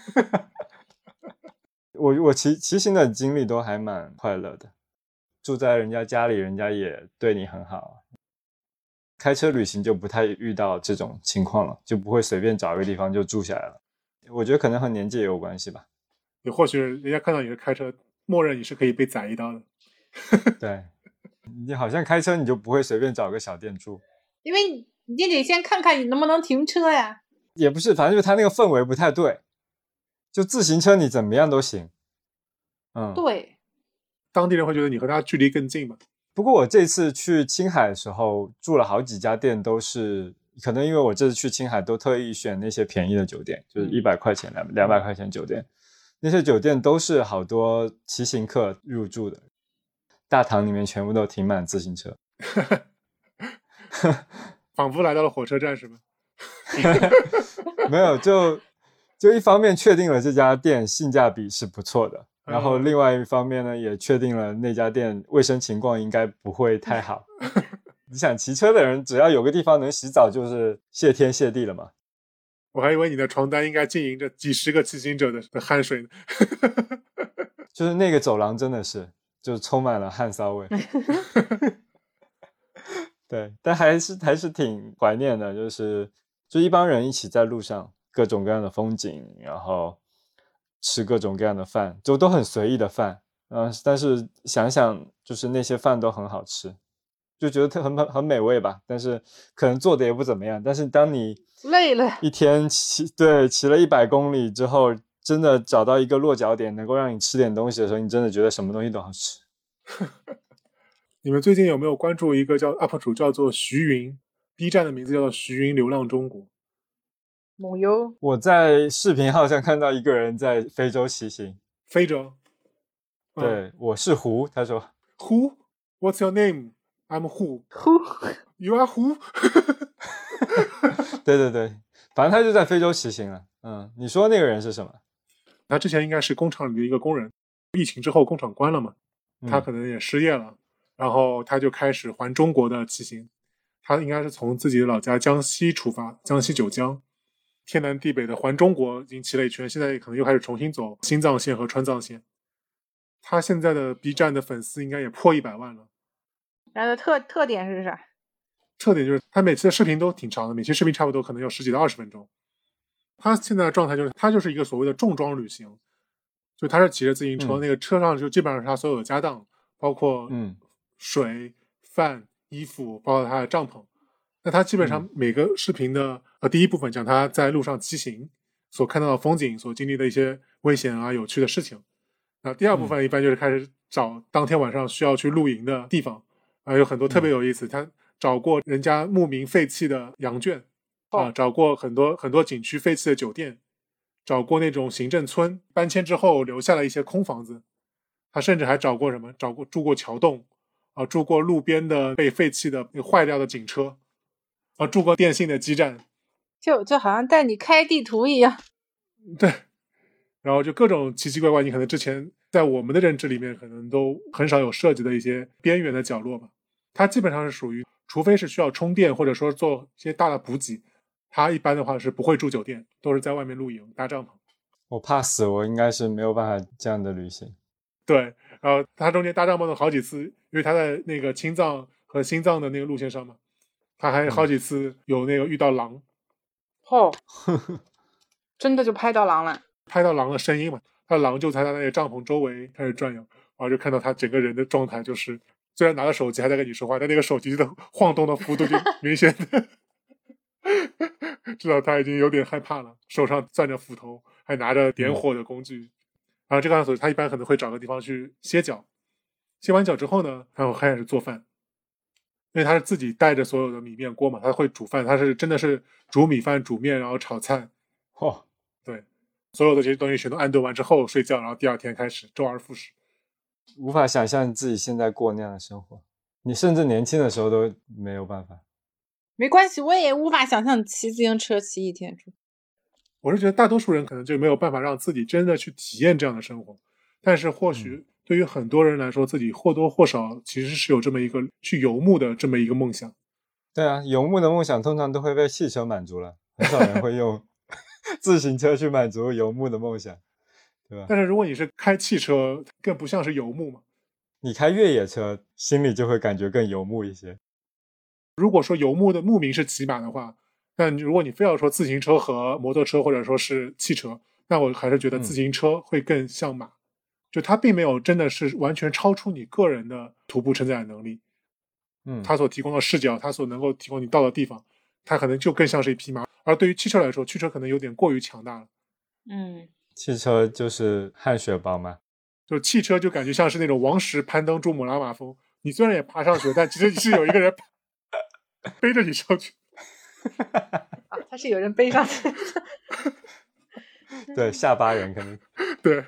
我我骑骑行的经历都还蛮快乐的，住在人家家里，人家也对你很好。开车旅行就不太遇到这种情况了，就不会随便找一个地方就住下来了。我觉得可能和年纪也有关系吧。 也或许人家看到你是开车，默认你是可以被宰一刀的。 对，你好像开车你就不会随便找个小店住， 因为你得先看看你能不能停车呀。 也不是，反正就是他那个氛围不太对。就自行车你怎么样都行。嗯， 对， 当地人会觉得你和他距离更近嘛。 不过我这次去青海的时候住了好几家店，都是可能因为我这次去青海都特意选那些便宜的酒店，就是一百块钱两百块钱酒店，那些酒店都是好多骑行客入住的，大堂里面全部都停满自行车。 仿佛来到了火车站是吗？ 没有，就就一方面确定了这家店性价比是不错的，然后另外一方面呢也确定了那家店卫生情况应该不会太好。你想骑车的人只要有个地方能洗澡就是谢天谢地了嘛。 我还以为你的床单应该浸淫着几十个骑行者 的, 的汗水呢。 就是那个走廊真的是就是充满了汗骚味。对，但还是还是挺怀念的，就是就一帮人一起在路上，各种各样的风景，然后吃各种各样的饭，就都很随意的饭，嗯，但是想想就是那些饭都很好吃，就觉得很很美味吧，但是可能做的也不怎么样。但是当你累了一天骑对骑了一百公里之后，真的找到一个落脚点能够让你吃点东西的时候，你真的觉得什么东西都好吃。 你们最近有没有关注一个叫 U P 主叫做徐云 B 站的名字叫做徐云流浪中国？ 母优， 我在视频号上看到一个人在非洲骑行。 非洲？ 对、嗯、我是胡，他说 Who? What's your name? I'm Who. Who? You are Who? 对对对，反正他就在非洲骑行了。嗯，你说那个人是什么？ 他之前应该是工厂里的一个工人，疫情之后工厂关了嘛，他可能也失业了、嗯、然后他就开始环中国的骑行。他应该是从自己的老家江西出发，江西九江，天南地北的环中国已经骑了一圈，现在可能又开始重新走新藏线和川藏线。他现在的 B 站的粉丝应该也破一百万了。 然后特特点是啥？ 特点就是他每次的视频都挺长的，每期视频差不多可能有十几到二十分钟。他现在的状态就是他就是一个所谓的重装旅行，就他是骑着自行车、嗯、那个车上就基本上是他所有的家当，包括水、嗯、饭、衣服，包括他的帐篷。那他基本上每个视频的、呃、第一部分讲他在路上骑行所看到的风景，所经历的一些危险啊有趣的事情。那第二部分一般就是开始找当天晚上需要去露营的地方啊、呃，有很多特别有意思、嗯、他找过人家牧民废弃的羊圈啊、呃，找过很多很多景区废弃的酒店，找过那种行政村搬迁之后留下了一些空房子。他甚至还找过什么找过住过桥洞啊、呃，住过路边的被废弃的坏掉的警车啊、呃，住过电信的基站， 就就好像带你开地图一样。 对，然后就各种奇奇怪怪你可能之前在我们的认知里面可能都很少有涉及的一些边缘的角落吧。它基本上是属于除非是需要充电或者说做一些大的补给，它一般的话是不会住酒店，都是在外面露营搭帐篷。 我怕死，我应该是没有办法这样的旅行。 对，然后它中间搭帐篷的好几次因为他在那个青藏和新藏的那个路线上嘛，他还好几次有那个遇到狼， 哦，真的就拍到狼了。 拍到狼的声音嘛，他的狼就在他那个帐篷周围开始转悠，然后就看到他整个人的状态就是虽然拿着手机还在跟你说话，但那个手机的晃动的幅度就明显的知道他已经有点害怕了，手上攥着斧头，还拿着点火的工具。嗯、然后这个样子，他一般可能会找个地方去歇脚，歇完脚之后呢，他会开始做饭，因为他是自己带着所有的米面锅嘛，他会煮饭，他是真的是煮米饭、煮面，然后炒菜。 哦， 对，所有的这些东西全都安顿完之后睡觉，然后第二天开始周而复始。 无法想象自己现在过那样的生活，你甚至年轻的时候都没有办法。 没关系，我也无法想象骑自行车骑一天。 我是觉得大多数人可能就没有办法让自己真的去体验这样的生活，但是或许对于很多人来说，自己或多或少其实是有这么一个去游牧的这么一个梦想。 对啊，游牧的梦想通常都会被汽车满足了，很少人会用自行车去满足游牧的梦想，对吧？ 但是如果你是开汽车，更不像是游牧嘛。 你开越野车，心里就会感觉更游牧一些。 如果说游牧的牧民是骑马的话，那如果你非要说自行车和摩托车或者说是汽车，那我还是觉得自行车会更像马，嗯、就它并没有真的是完全超出你个人的徒步承载能力。嗯，它所提供的视角，它所能够提供你到的地方，它可能就更像是一匹马。而对于汽车来说，汽车可能有点过于强大了。 嗯， 汽车就是汗血宝嘛， 就汽车就感觉像是那种王石攀登珠穆朗玛峰，你虽然也爬上去，但其实是有一个人背着你上去。 啊，他是有人背上去。 对，下巴人可能。 对。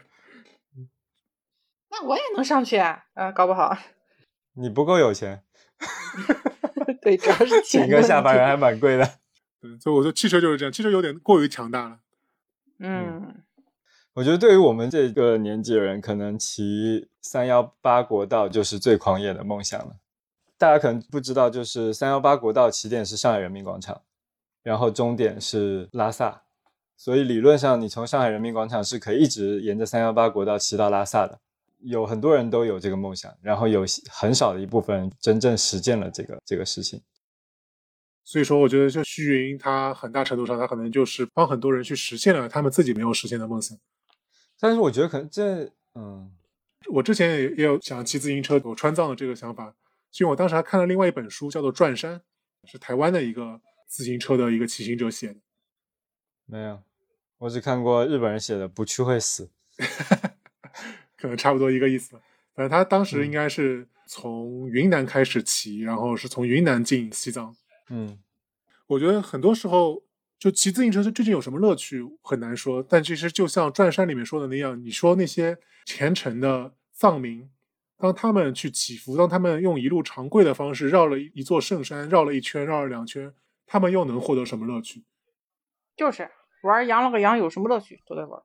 那我也能上去啊，啊，搞不好。 你不够有钱。 对，主要是钱。 请个下巴人还蛮贵的。 对，所以我说汽车就是这样，汽车有点过于强大了。 嗯， 我觉得对于我们这个年纪的人，可能骑三一八国道就是最狂野的梦想了。大家可能不知道，就是三一八国道起点是上海人民广场，然后终点是拉萨，所以理论上你从上海人民广场是可以一直沿着三一八国道骑到拉萨的。有很多人都有这个梦想，然后有很少的一部分人真正实践了这个这个事情。 所以说我觉得就虚云他很大程度上他可能就是帮很多人去实现了他们自己没有实现的梦想。 但是我觉得可能这嗯， 我之前也也有想骑自行车走川藏的这个想法，因为我当时还看了另外一本书叫做《转山》，是台湾的一个自行车的一个骑行者写的。 没有，我只看过日本人写的不去会死。 可能差不多一个意思。反正他当时应该是从云南开始骑，然后是从云南进西藏。 嗯， 我觉得很多时候就骑自行车究竟有什么乐趣很难说，但其实就像转山里面说的那样，你说那些虔诚的藏民，当他们去祈福，当他们用一路长跪的方式绕了一座圣山，绕了一圈，绕了两圈，他们又能获得什么乐趣？ 就是玩羊了个羊有什么乐趣都在玩。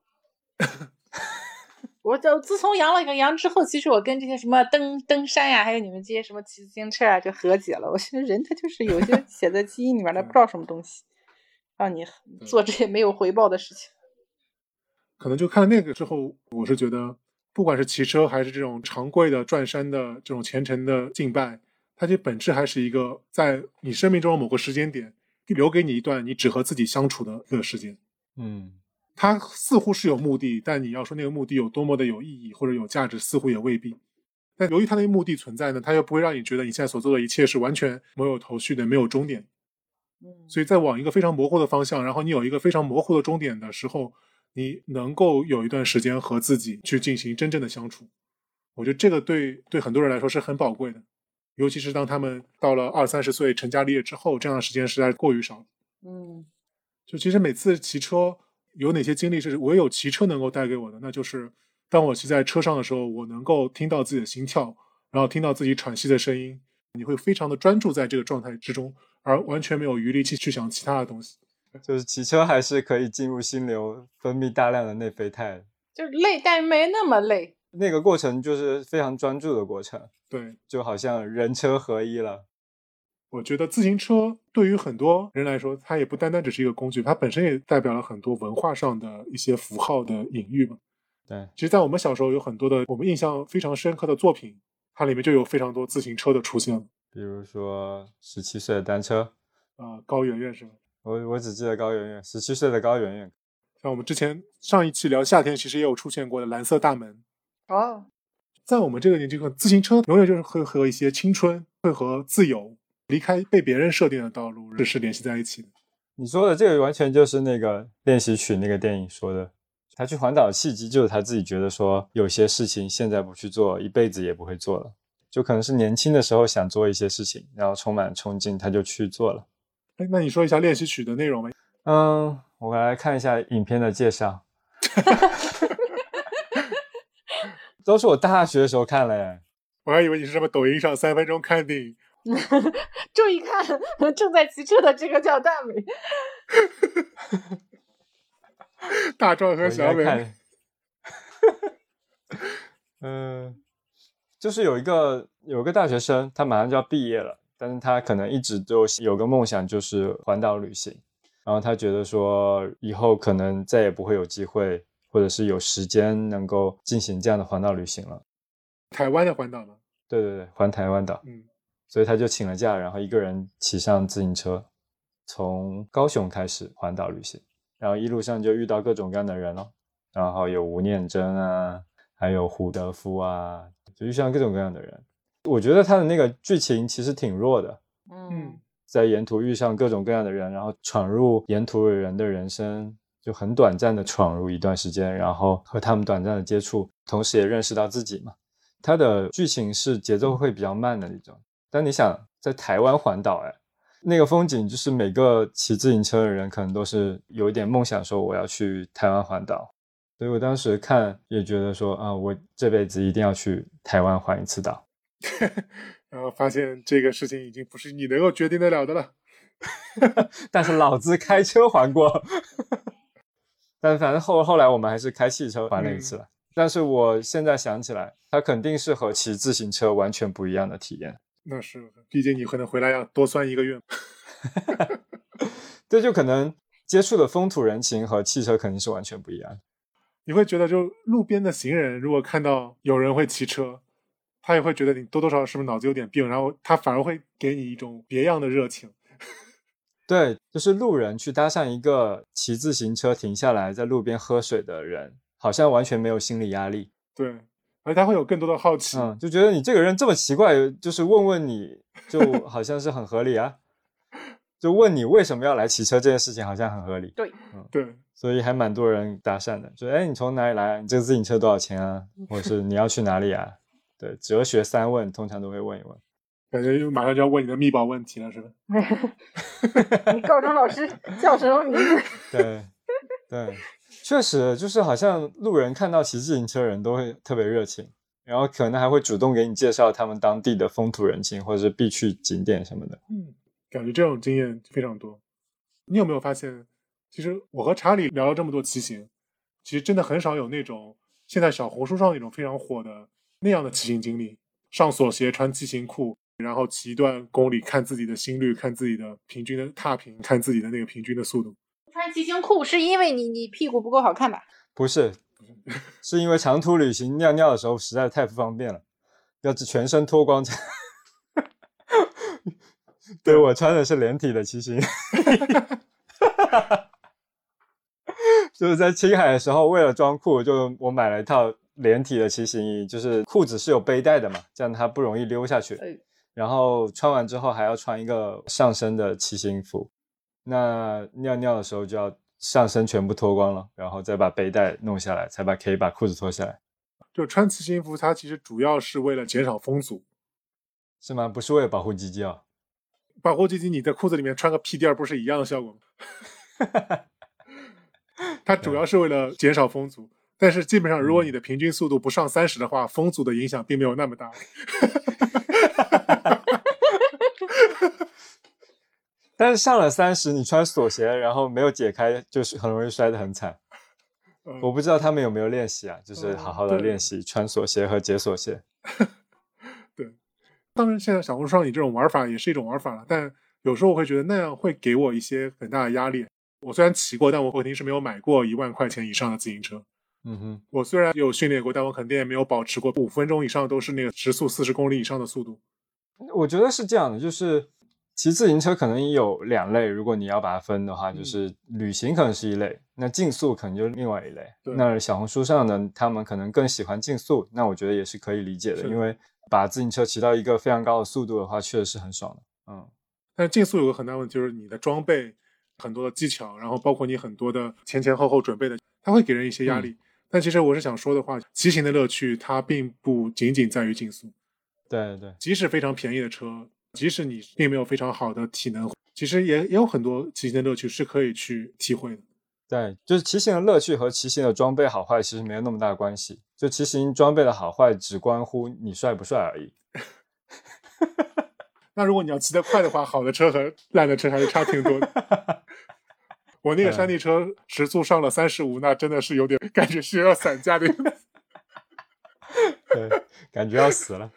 我就自从养了个羊之后，其实我跟这些什么登登山呀，还有你们这些什么骑自行车啊，就和解了。我觉得人他就是有些写在基因里面的，不知道什么东西，让你做这些没有回报的事情。 可能就看了那个之后，我是觉得，不管是骑车还是这种常规的转山的这种虔诚的敬拜，它其实本质还是一个在你生命中的某个时间点，留给你一段你只和自己相处的一个时间。 嗯。 它似乎是有目的，但你要说那个目的有多么的有意义或者有价值，似乎也未必。但由于它的目的存在呢，它又不会让你觉得你现在所做的一切是完全没有头绪的，没有终点。所以在往一个非常模糊的方向，然后你有一个非常模糊的终点的时候，你能够有一段时间和自己去进行真正的相处。我觉得这个对对很多人来说是很宝贵的，尤其是当他们到了二三十岁成家立业之后，这样的时间实在过于少。 嗯， 就其实每次骑车有哪些经历是唯有骑车能够带给我的，那就是当我骑在车上的时候，我能够听到自己的心跳，然后听到自己喘息的声音，你会非常的专注在这个状态之中，而完全没有余力去去想其他的东西。 就是骑车还是可以进入心流，分泌大量的内啡肽， 就是累但没那么累， 那个过程就是非常专注的过程。 对， 就好像人车合一了。 我觉得自行车对于很多人来说，它也不单单只是一个工具，它本身也代表了很多文化上的一些符号的隐喻嘛。 对， 其实在我们小时候有很多的我们印象非常深刻的作品， 它里面就有非常多自行车的出现。 比如说十七岁的单车， 呃，高圆圆是吧？ 我我只记得高圆圆，十七岁的高圆圆。 像我们之前上一期聊夏天，其实也有出现过的蓝色大门。 哦， 在我们这个年纪，自行车永远就是会和一些青春，会和自由，离开被别人设定的道路是联系在一起的。 你说的这个完全就是那个练习曲那个电影说的，他去环岛的契机就是他自己觉得说有些事情现在不去做，一辈子也不会做了，就可能是年轻的时候想做一些事情，然后充满冲劲，他就去做了。 哎，那你说一下练习曲的内容吗？ 嗯，我来看一下影片的介绍。都是我大学的时候看了耶。 我还以为你是什么抖音上三分钟看电影。 注意看，正在骑车的这个叫大美。 大壮和小美。 嗯、呃，就是有一个有一个大学生，他马上就要毕业了，但是他可能一直都有个梦想，就是环岛旅行。然后他觉得说以后可能再也不会有机会或者是有时间能够进行这样的环岛旅行了。 台湾的环岛吗？ 对对对，环台湾岛。 嗯， 所以他就请了假，然后一个人骑上自行车从高雄开始环岛旅行，然后一路上就遇到各种各样的人咯，然后有吴念真啊，还有胡德夫啊，就遇上各种各样的人。我觉得他的那个剧情其实挺弱的。 嗯， 在沿途遇上各种各样的人，然后闯入沿途的人的人生，就很短暂的闯入一段时间，然后和他们短暂的接触，同时也认识到自己嘛。它的剧情是节奏会比较慢的那种，但你想在台湾环岛，哎，那个风景就是每个骑自行车的人可能都是有一点梦想说我要去台湾环岛，所以我当时看也觉得说啊，我这辈子一定要去台湾环一次岛。 然后发现这个事情已经不是你能够决定得了的了。 但是老子开车环过。但反正后后来我们还是开汽车环了一次了、嗯、但是我现在想起来它肯定是和骑自行车完全不一样的体验。 那是，毕竟你可能回来要多算一个月。 这就可能接触的风土人情和汽车肯定是完全不一样的。 你会觉得就路边的行人如果看到有人会骑车，他也会觉得你多多少少是不是脑子有点病，然后他反而会给你一种别样的热情。 对，就是路人去搭上一个骑自行车停下来在路边喝水的人，好像完全没有心理压力。 对，而且他会有更多的好奇。 嗯，就觉得你这个人这么奇怪，就是问问你就好像是很合理啊。就问你为什么要来骑车这件事情好像很合理。 对， 嗯， 对， 所以还蛮多人搭讪的，就哎你从哪里来啊？你这个自行车多少钱啊？或者是你要去哪里啊？对，哲学三问通常都会问一问。 感觉马上就要问你的密保问题了，是吧？ 你高中老师叫什么名字？ 对对，确实就是好像路人看到骑自行车的人都会特别热情，然后可能还会主动给你介绍他们当地的风土人情或者是必去景点什么的。 嗯，感觉这种经验非常多。你有没有发现其实我和查理聊了这么多骑行，其实真的很少有那种现在小红书上那种非常火的那样的骑行经历，上锁鞋穿骑行裤，然后骑一段公里，看自己的心率，看自己的平均的踏频，看自己的那个平均的速度。 穿骑行裤是因为你你屁股不够好看吧？ 不是，是因为长途旅行尿尿的时候实在太不方便了，要全身脱光才对，我穿的是连体的骑行就是在青海的时候为了装酷，就我买了一套连体的骑行衣，就是裤子是有背带的嘛，这样它不容易溜下去、哎、然后穿完之后还要穿一个上身的骑行服，那尿尿的时候就要上身全部脱光了，然后再把背带弄下来，才把可以把裤子脱下来。 就穿骑行服它其实主要是为了减少风阻。 是吗？不是为了保护鸡鸡啊？ 保护鸡鸡你在裤子里面穿个屁垫不是一样的效果吗？它主要是为了减少风阻，但是基本上如果你的平均速度不上三十的话，风阻的影响并没有那么大。 但是上了三十你穿锁鞋然后没有解开，就是很容易摔得很惨、嗯、我不知道他们有没有练习啊，就是好好的练习穿锁鞋和解锁鞋。 对，当然现在小红书上你这种玩法也是一种玩法了，但有时候我会觉得那样会给我一些很大的压力。我虽然骑过，但我肯定是没有买过一万块钱以上的自行车。 嗯哼， 我虽然有训练过，但我肯定也没有保持过五分钟以上都是那个时速四十公里以上的速度。 我觉得是这样的，就是骑自行车可能有两类，如果你要把它分的话，就是旅行可能是一类，那竞速可能就是另外一类。那小红书上呢，他们可能更喜欢竞速，那我觉得也是可以理解的，因为把自行车骑到一个非常高的速度的话，确实是很爽的。嗯， 但是竞速有个很大问题，就是你的装备很多的技巧，然后包括你很多的前前后后准备的，它会给人一些压力。嗯，但其实我是想说的话，骑行的乐趣它并不仅仅在于竞速。 对对， 即使非常便宜的车，即使你并没有非常好的体能，其实也也有很多骑行的乐趣是可以去体会的。 对，就是骑行的乐趣和骑行的装备好坏其实没有那么大关系，就骑行装备的好坏只关乎你帅不帅而已。 那如果你要骑得快的话，好的车和烂的车还是差挺多的。我那个山地车时速上了三十五，那真的是有点感觉是要散架的样子。 对，感觉要死了。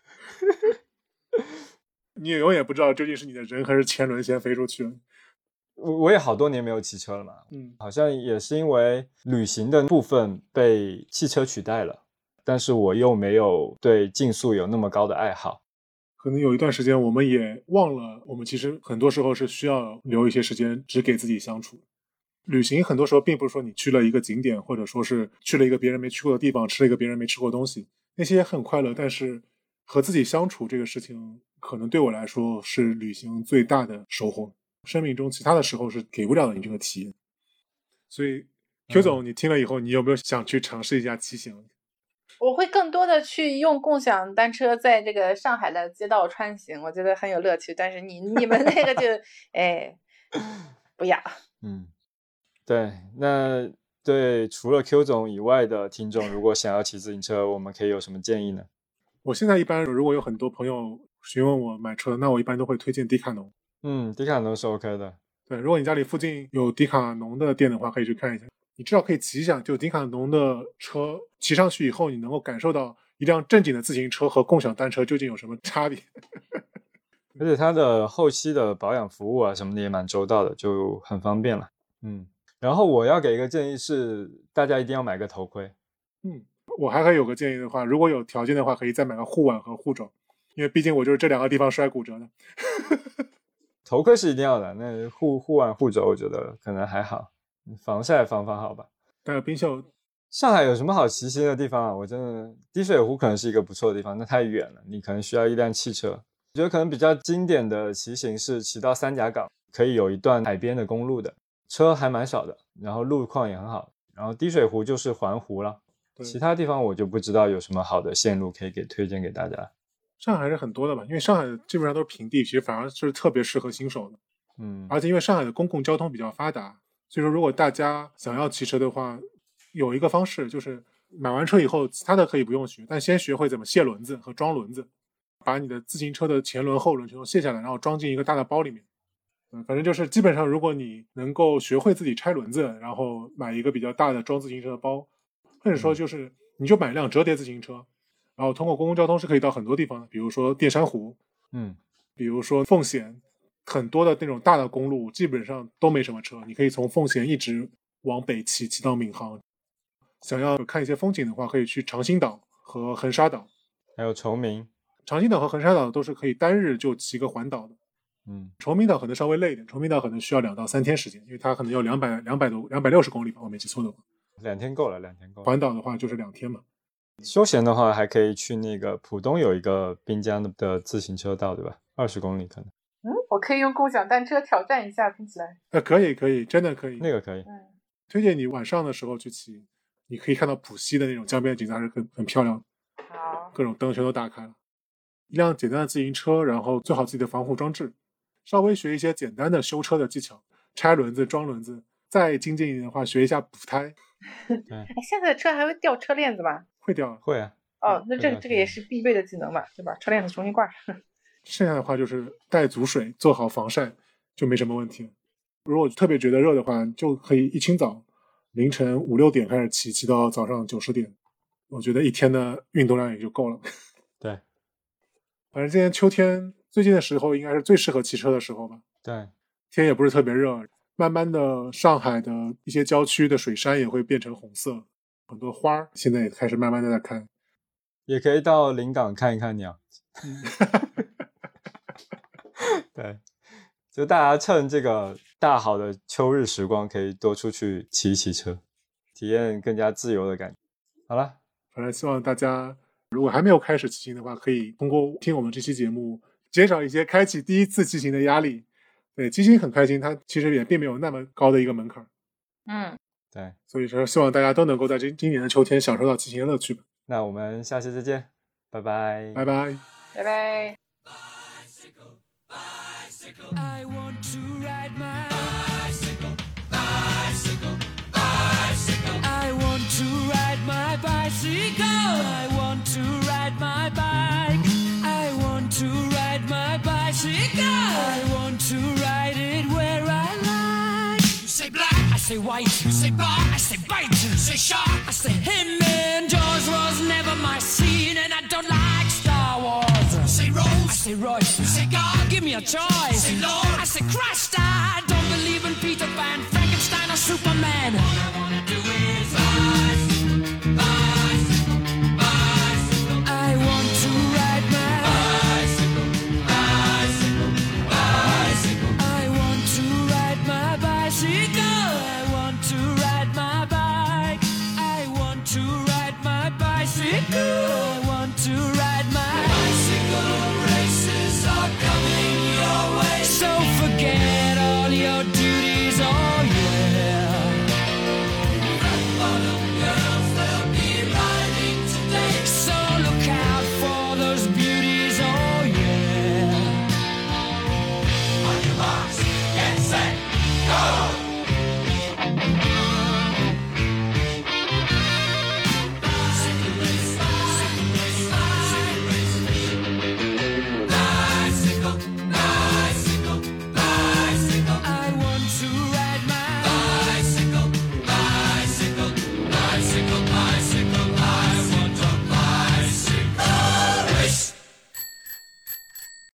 你永远不知道究竟是你的人还是前轮先飞出去了。 我我也好多年没有骑车了嘛，嗯，好像也是因为旅行的部分被汽车取代了，但是我又没有对竞速有那么高的爱好。 可能有一段时间我们也忘了，我们其实很多时候是需要留一些时间只给自己相处。旅行很多时候并不是说你去了一个景点，或者说是去了一个别人没去过的地方，吃了一个别人没吃过的东西，那些也很快乐，但是和自己相处这个事情可能对我来说是旅行最大的收获，生命中其他的时候是给不了你这个体验。所以 Q 总、嗯、你听了以后你有没有想去尝试一下骑行？ 我会更多的去用共享单车在这个上海的街道穿行，我觉得很有乐趣，但是你你们那个就哎不要。 嗯，对，那对除了 Q 总以外的听众，如果想要骑自行车，我们可以有什么建议呢？ 我现在一般如果有很多朋友询问我买车，那我一般都会推荐迪卡侬。 嗯，迪卡侬是 OK 的。 对，如果你家里附近有迪卡侬的店的话，可以去看一下。你至少可以骑一下，就迪卡侬的车骑上去以后，你能够感受到一辆正经的自行车和共享单车究竟有什么差别。 而且它的后期的保养服务啊什么的也蛮周到的，就很方便了。嗯，然后我要给一个建议是，大家一定要买个头盔。 嗯，我还可以有个建议的话，如果有条件的话，可以再买个护腕和护肘，因为毕竟我就是这两个地方摔骨折的。 头盔是一定要的，那护护腕护肘我觉得可能还好，防晒防防好吧。 带个冰袖。 上海有什么好骑行的地方啊？我真的滴水湖可能是一个不错的地方，那太远了，你可能需要一辆汽车。我觉得可能比较经典的骑行是骑到三甲港，可以有一段海边的公路的，车还蛮少的，然后路况也很好。然后滴水湖就是环湖了，其他地方我就不知道有什么好的线路可以给推荐给大家。 上海还是很多的吧，因为上海基本上都是平地，其实反而是特别适合新手的。 嗯， 而且因为上海的公共交通比较发达，所以说如果大家想要骑车的话，有一个方式就是买完车以后，其他的可以不用学，但先学会怎么卸轮子和装轮子，把你的自行车的前轮后轮全都卸下来，然后装进一个大的包里面。嗯，反正就是基本上如果你能够学会自己拆轮子，然后买一个比较大的装自行车的包，或者说就是你就买一辆折叠自行车，然后通过公共交通是可以到很多地方的，比如说淀山湖， 嗯， 比如说奉贤，很多的那种大的公路基本上都没什么车，你可以从奉贤一直往北骑骑到闵行。想要看一些风景的话，可以去长兴岛和横沙岛， 还有崇明。 长兴岛和横沙岛都是可以单日就骑个环岛的。 嗯， 崇明岛可能稍微累一点，崇明岛可能需要两到三天时间，因为它可能要两百两百多两百六十公里吧，我没记错的话。 两天够了，两天够了。 环岛的话就是两天嘛。 休闲的话还可以去那个浦东有一个滨江的自行车道，对吧？二十公里可能。 嗯，我可以用共享单车挑战一下，听起来。 呃，可以可以，真的可以。 那个可以。 嗯， 推荐你晚上的时候去骑，你可以看到浦西的那种江边景色还是很很漂亮的。 好， 各种灯全都打开了。一辆简单的自行车，然后做好自己的防护装置，稍微学一些简单的修车的技巧，拆轮子、装轮子，再精进一点的话，学一下补胎。 哎，现在的车还会掉车链子吗？ 会掉， 会啊。 哦，那这个这个也是必备的技能吧，对吧？车链子重新挂上。 剩下的话就是带足水，做好防晒，就没什么问题了。如果特别觉得热的话，就可以一清早凌晨五六点开始骑，骑到早上九十点，我觉得一天的运动量也就够了。 对， 反正今年秋天最近的时候应该是最适合骑车的时候吧。 对， 天也不是特别热，慢慢的上海的一些郊区的水山也会变成红色， 很多花儿现在也开始慢慢的在看。 也可以到临港看一看鸟。对，就大家趁这个大好的秋日时光，可以多出去骑一骑车，体验更加自由的感觉。好了， 反正希望大家如果还没有开始骑行的话，可以通过听我们这期节目减少一些开启第一次骑行的压力。对，骑行很开心，它其实也并没有那么高的一个门槛。 嗯， 对， 所以说希望大家都能够在今今年的秋天享受到骑行的乐趣吧。 那我们下期再见，拜拜， 拜拜。 拜拜。 I want to ride my bicycle, bicycle, bicycle. I want to ride my bicycle. I want to ride my bike. I want to ride my bicycle. I want to ride it where I like. You say black, I say white. You say bar, I say bite. You say shark, I say him. And Jaws was never my scene, and I don't like Star Wars. You say Rose, I say Royce. You say God, give me a choice. Say Lord, I say Christ. I don't believe in Peter Pan, Frankenstein, or Superman. All I wanna do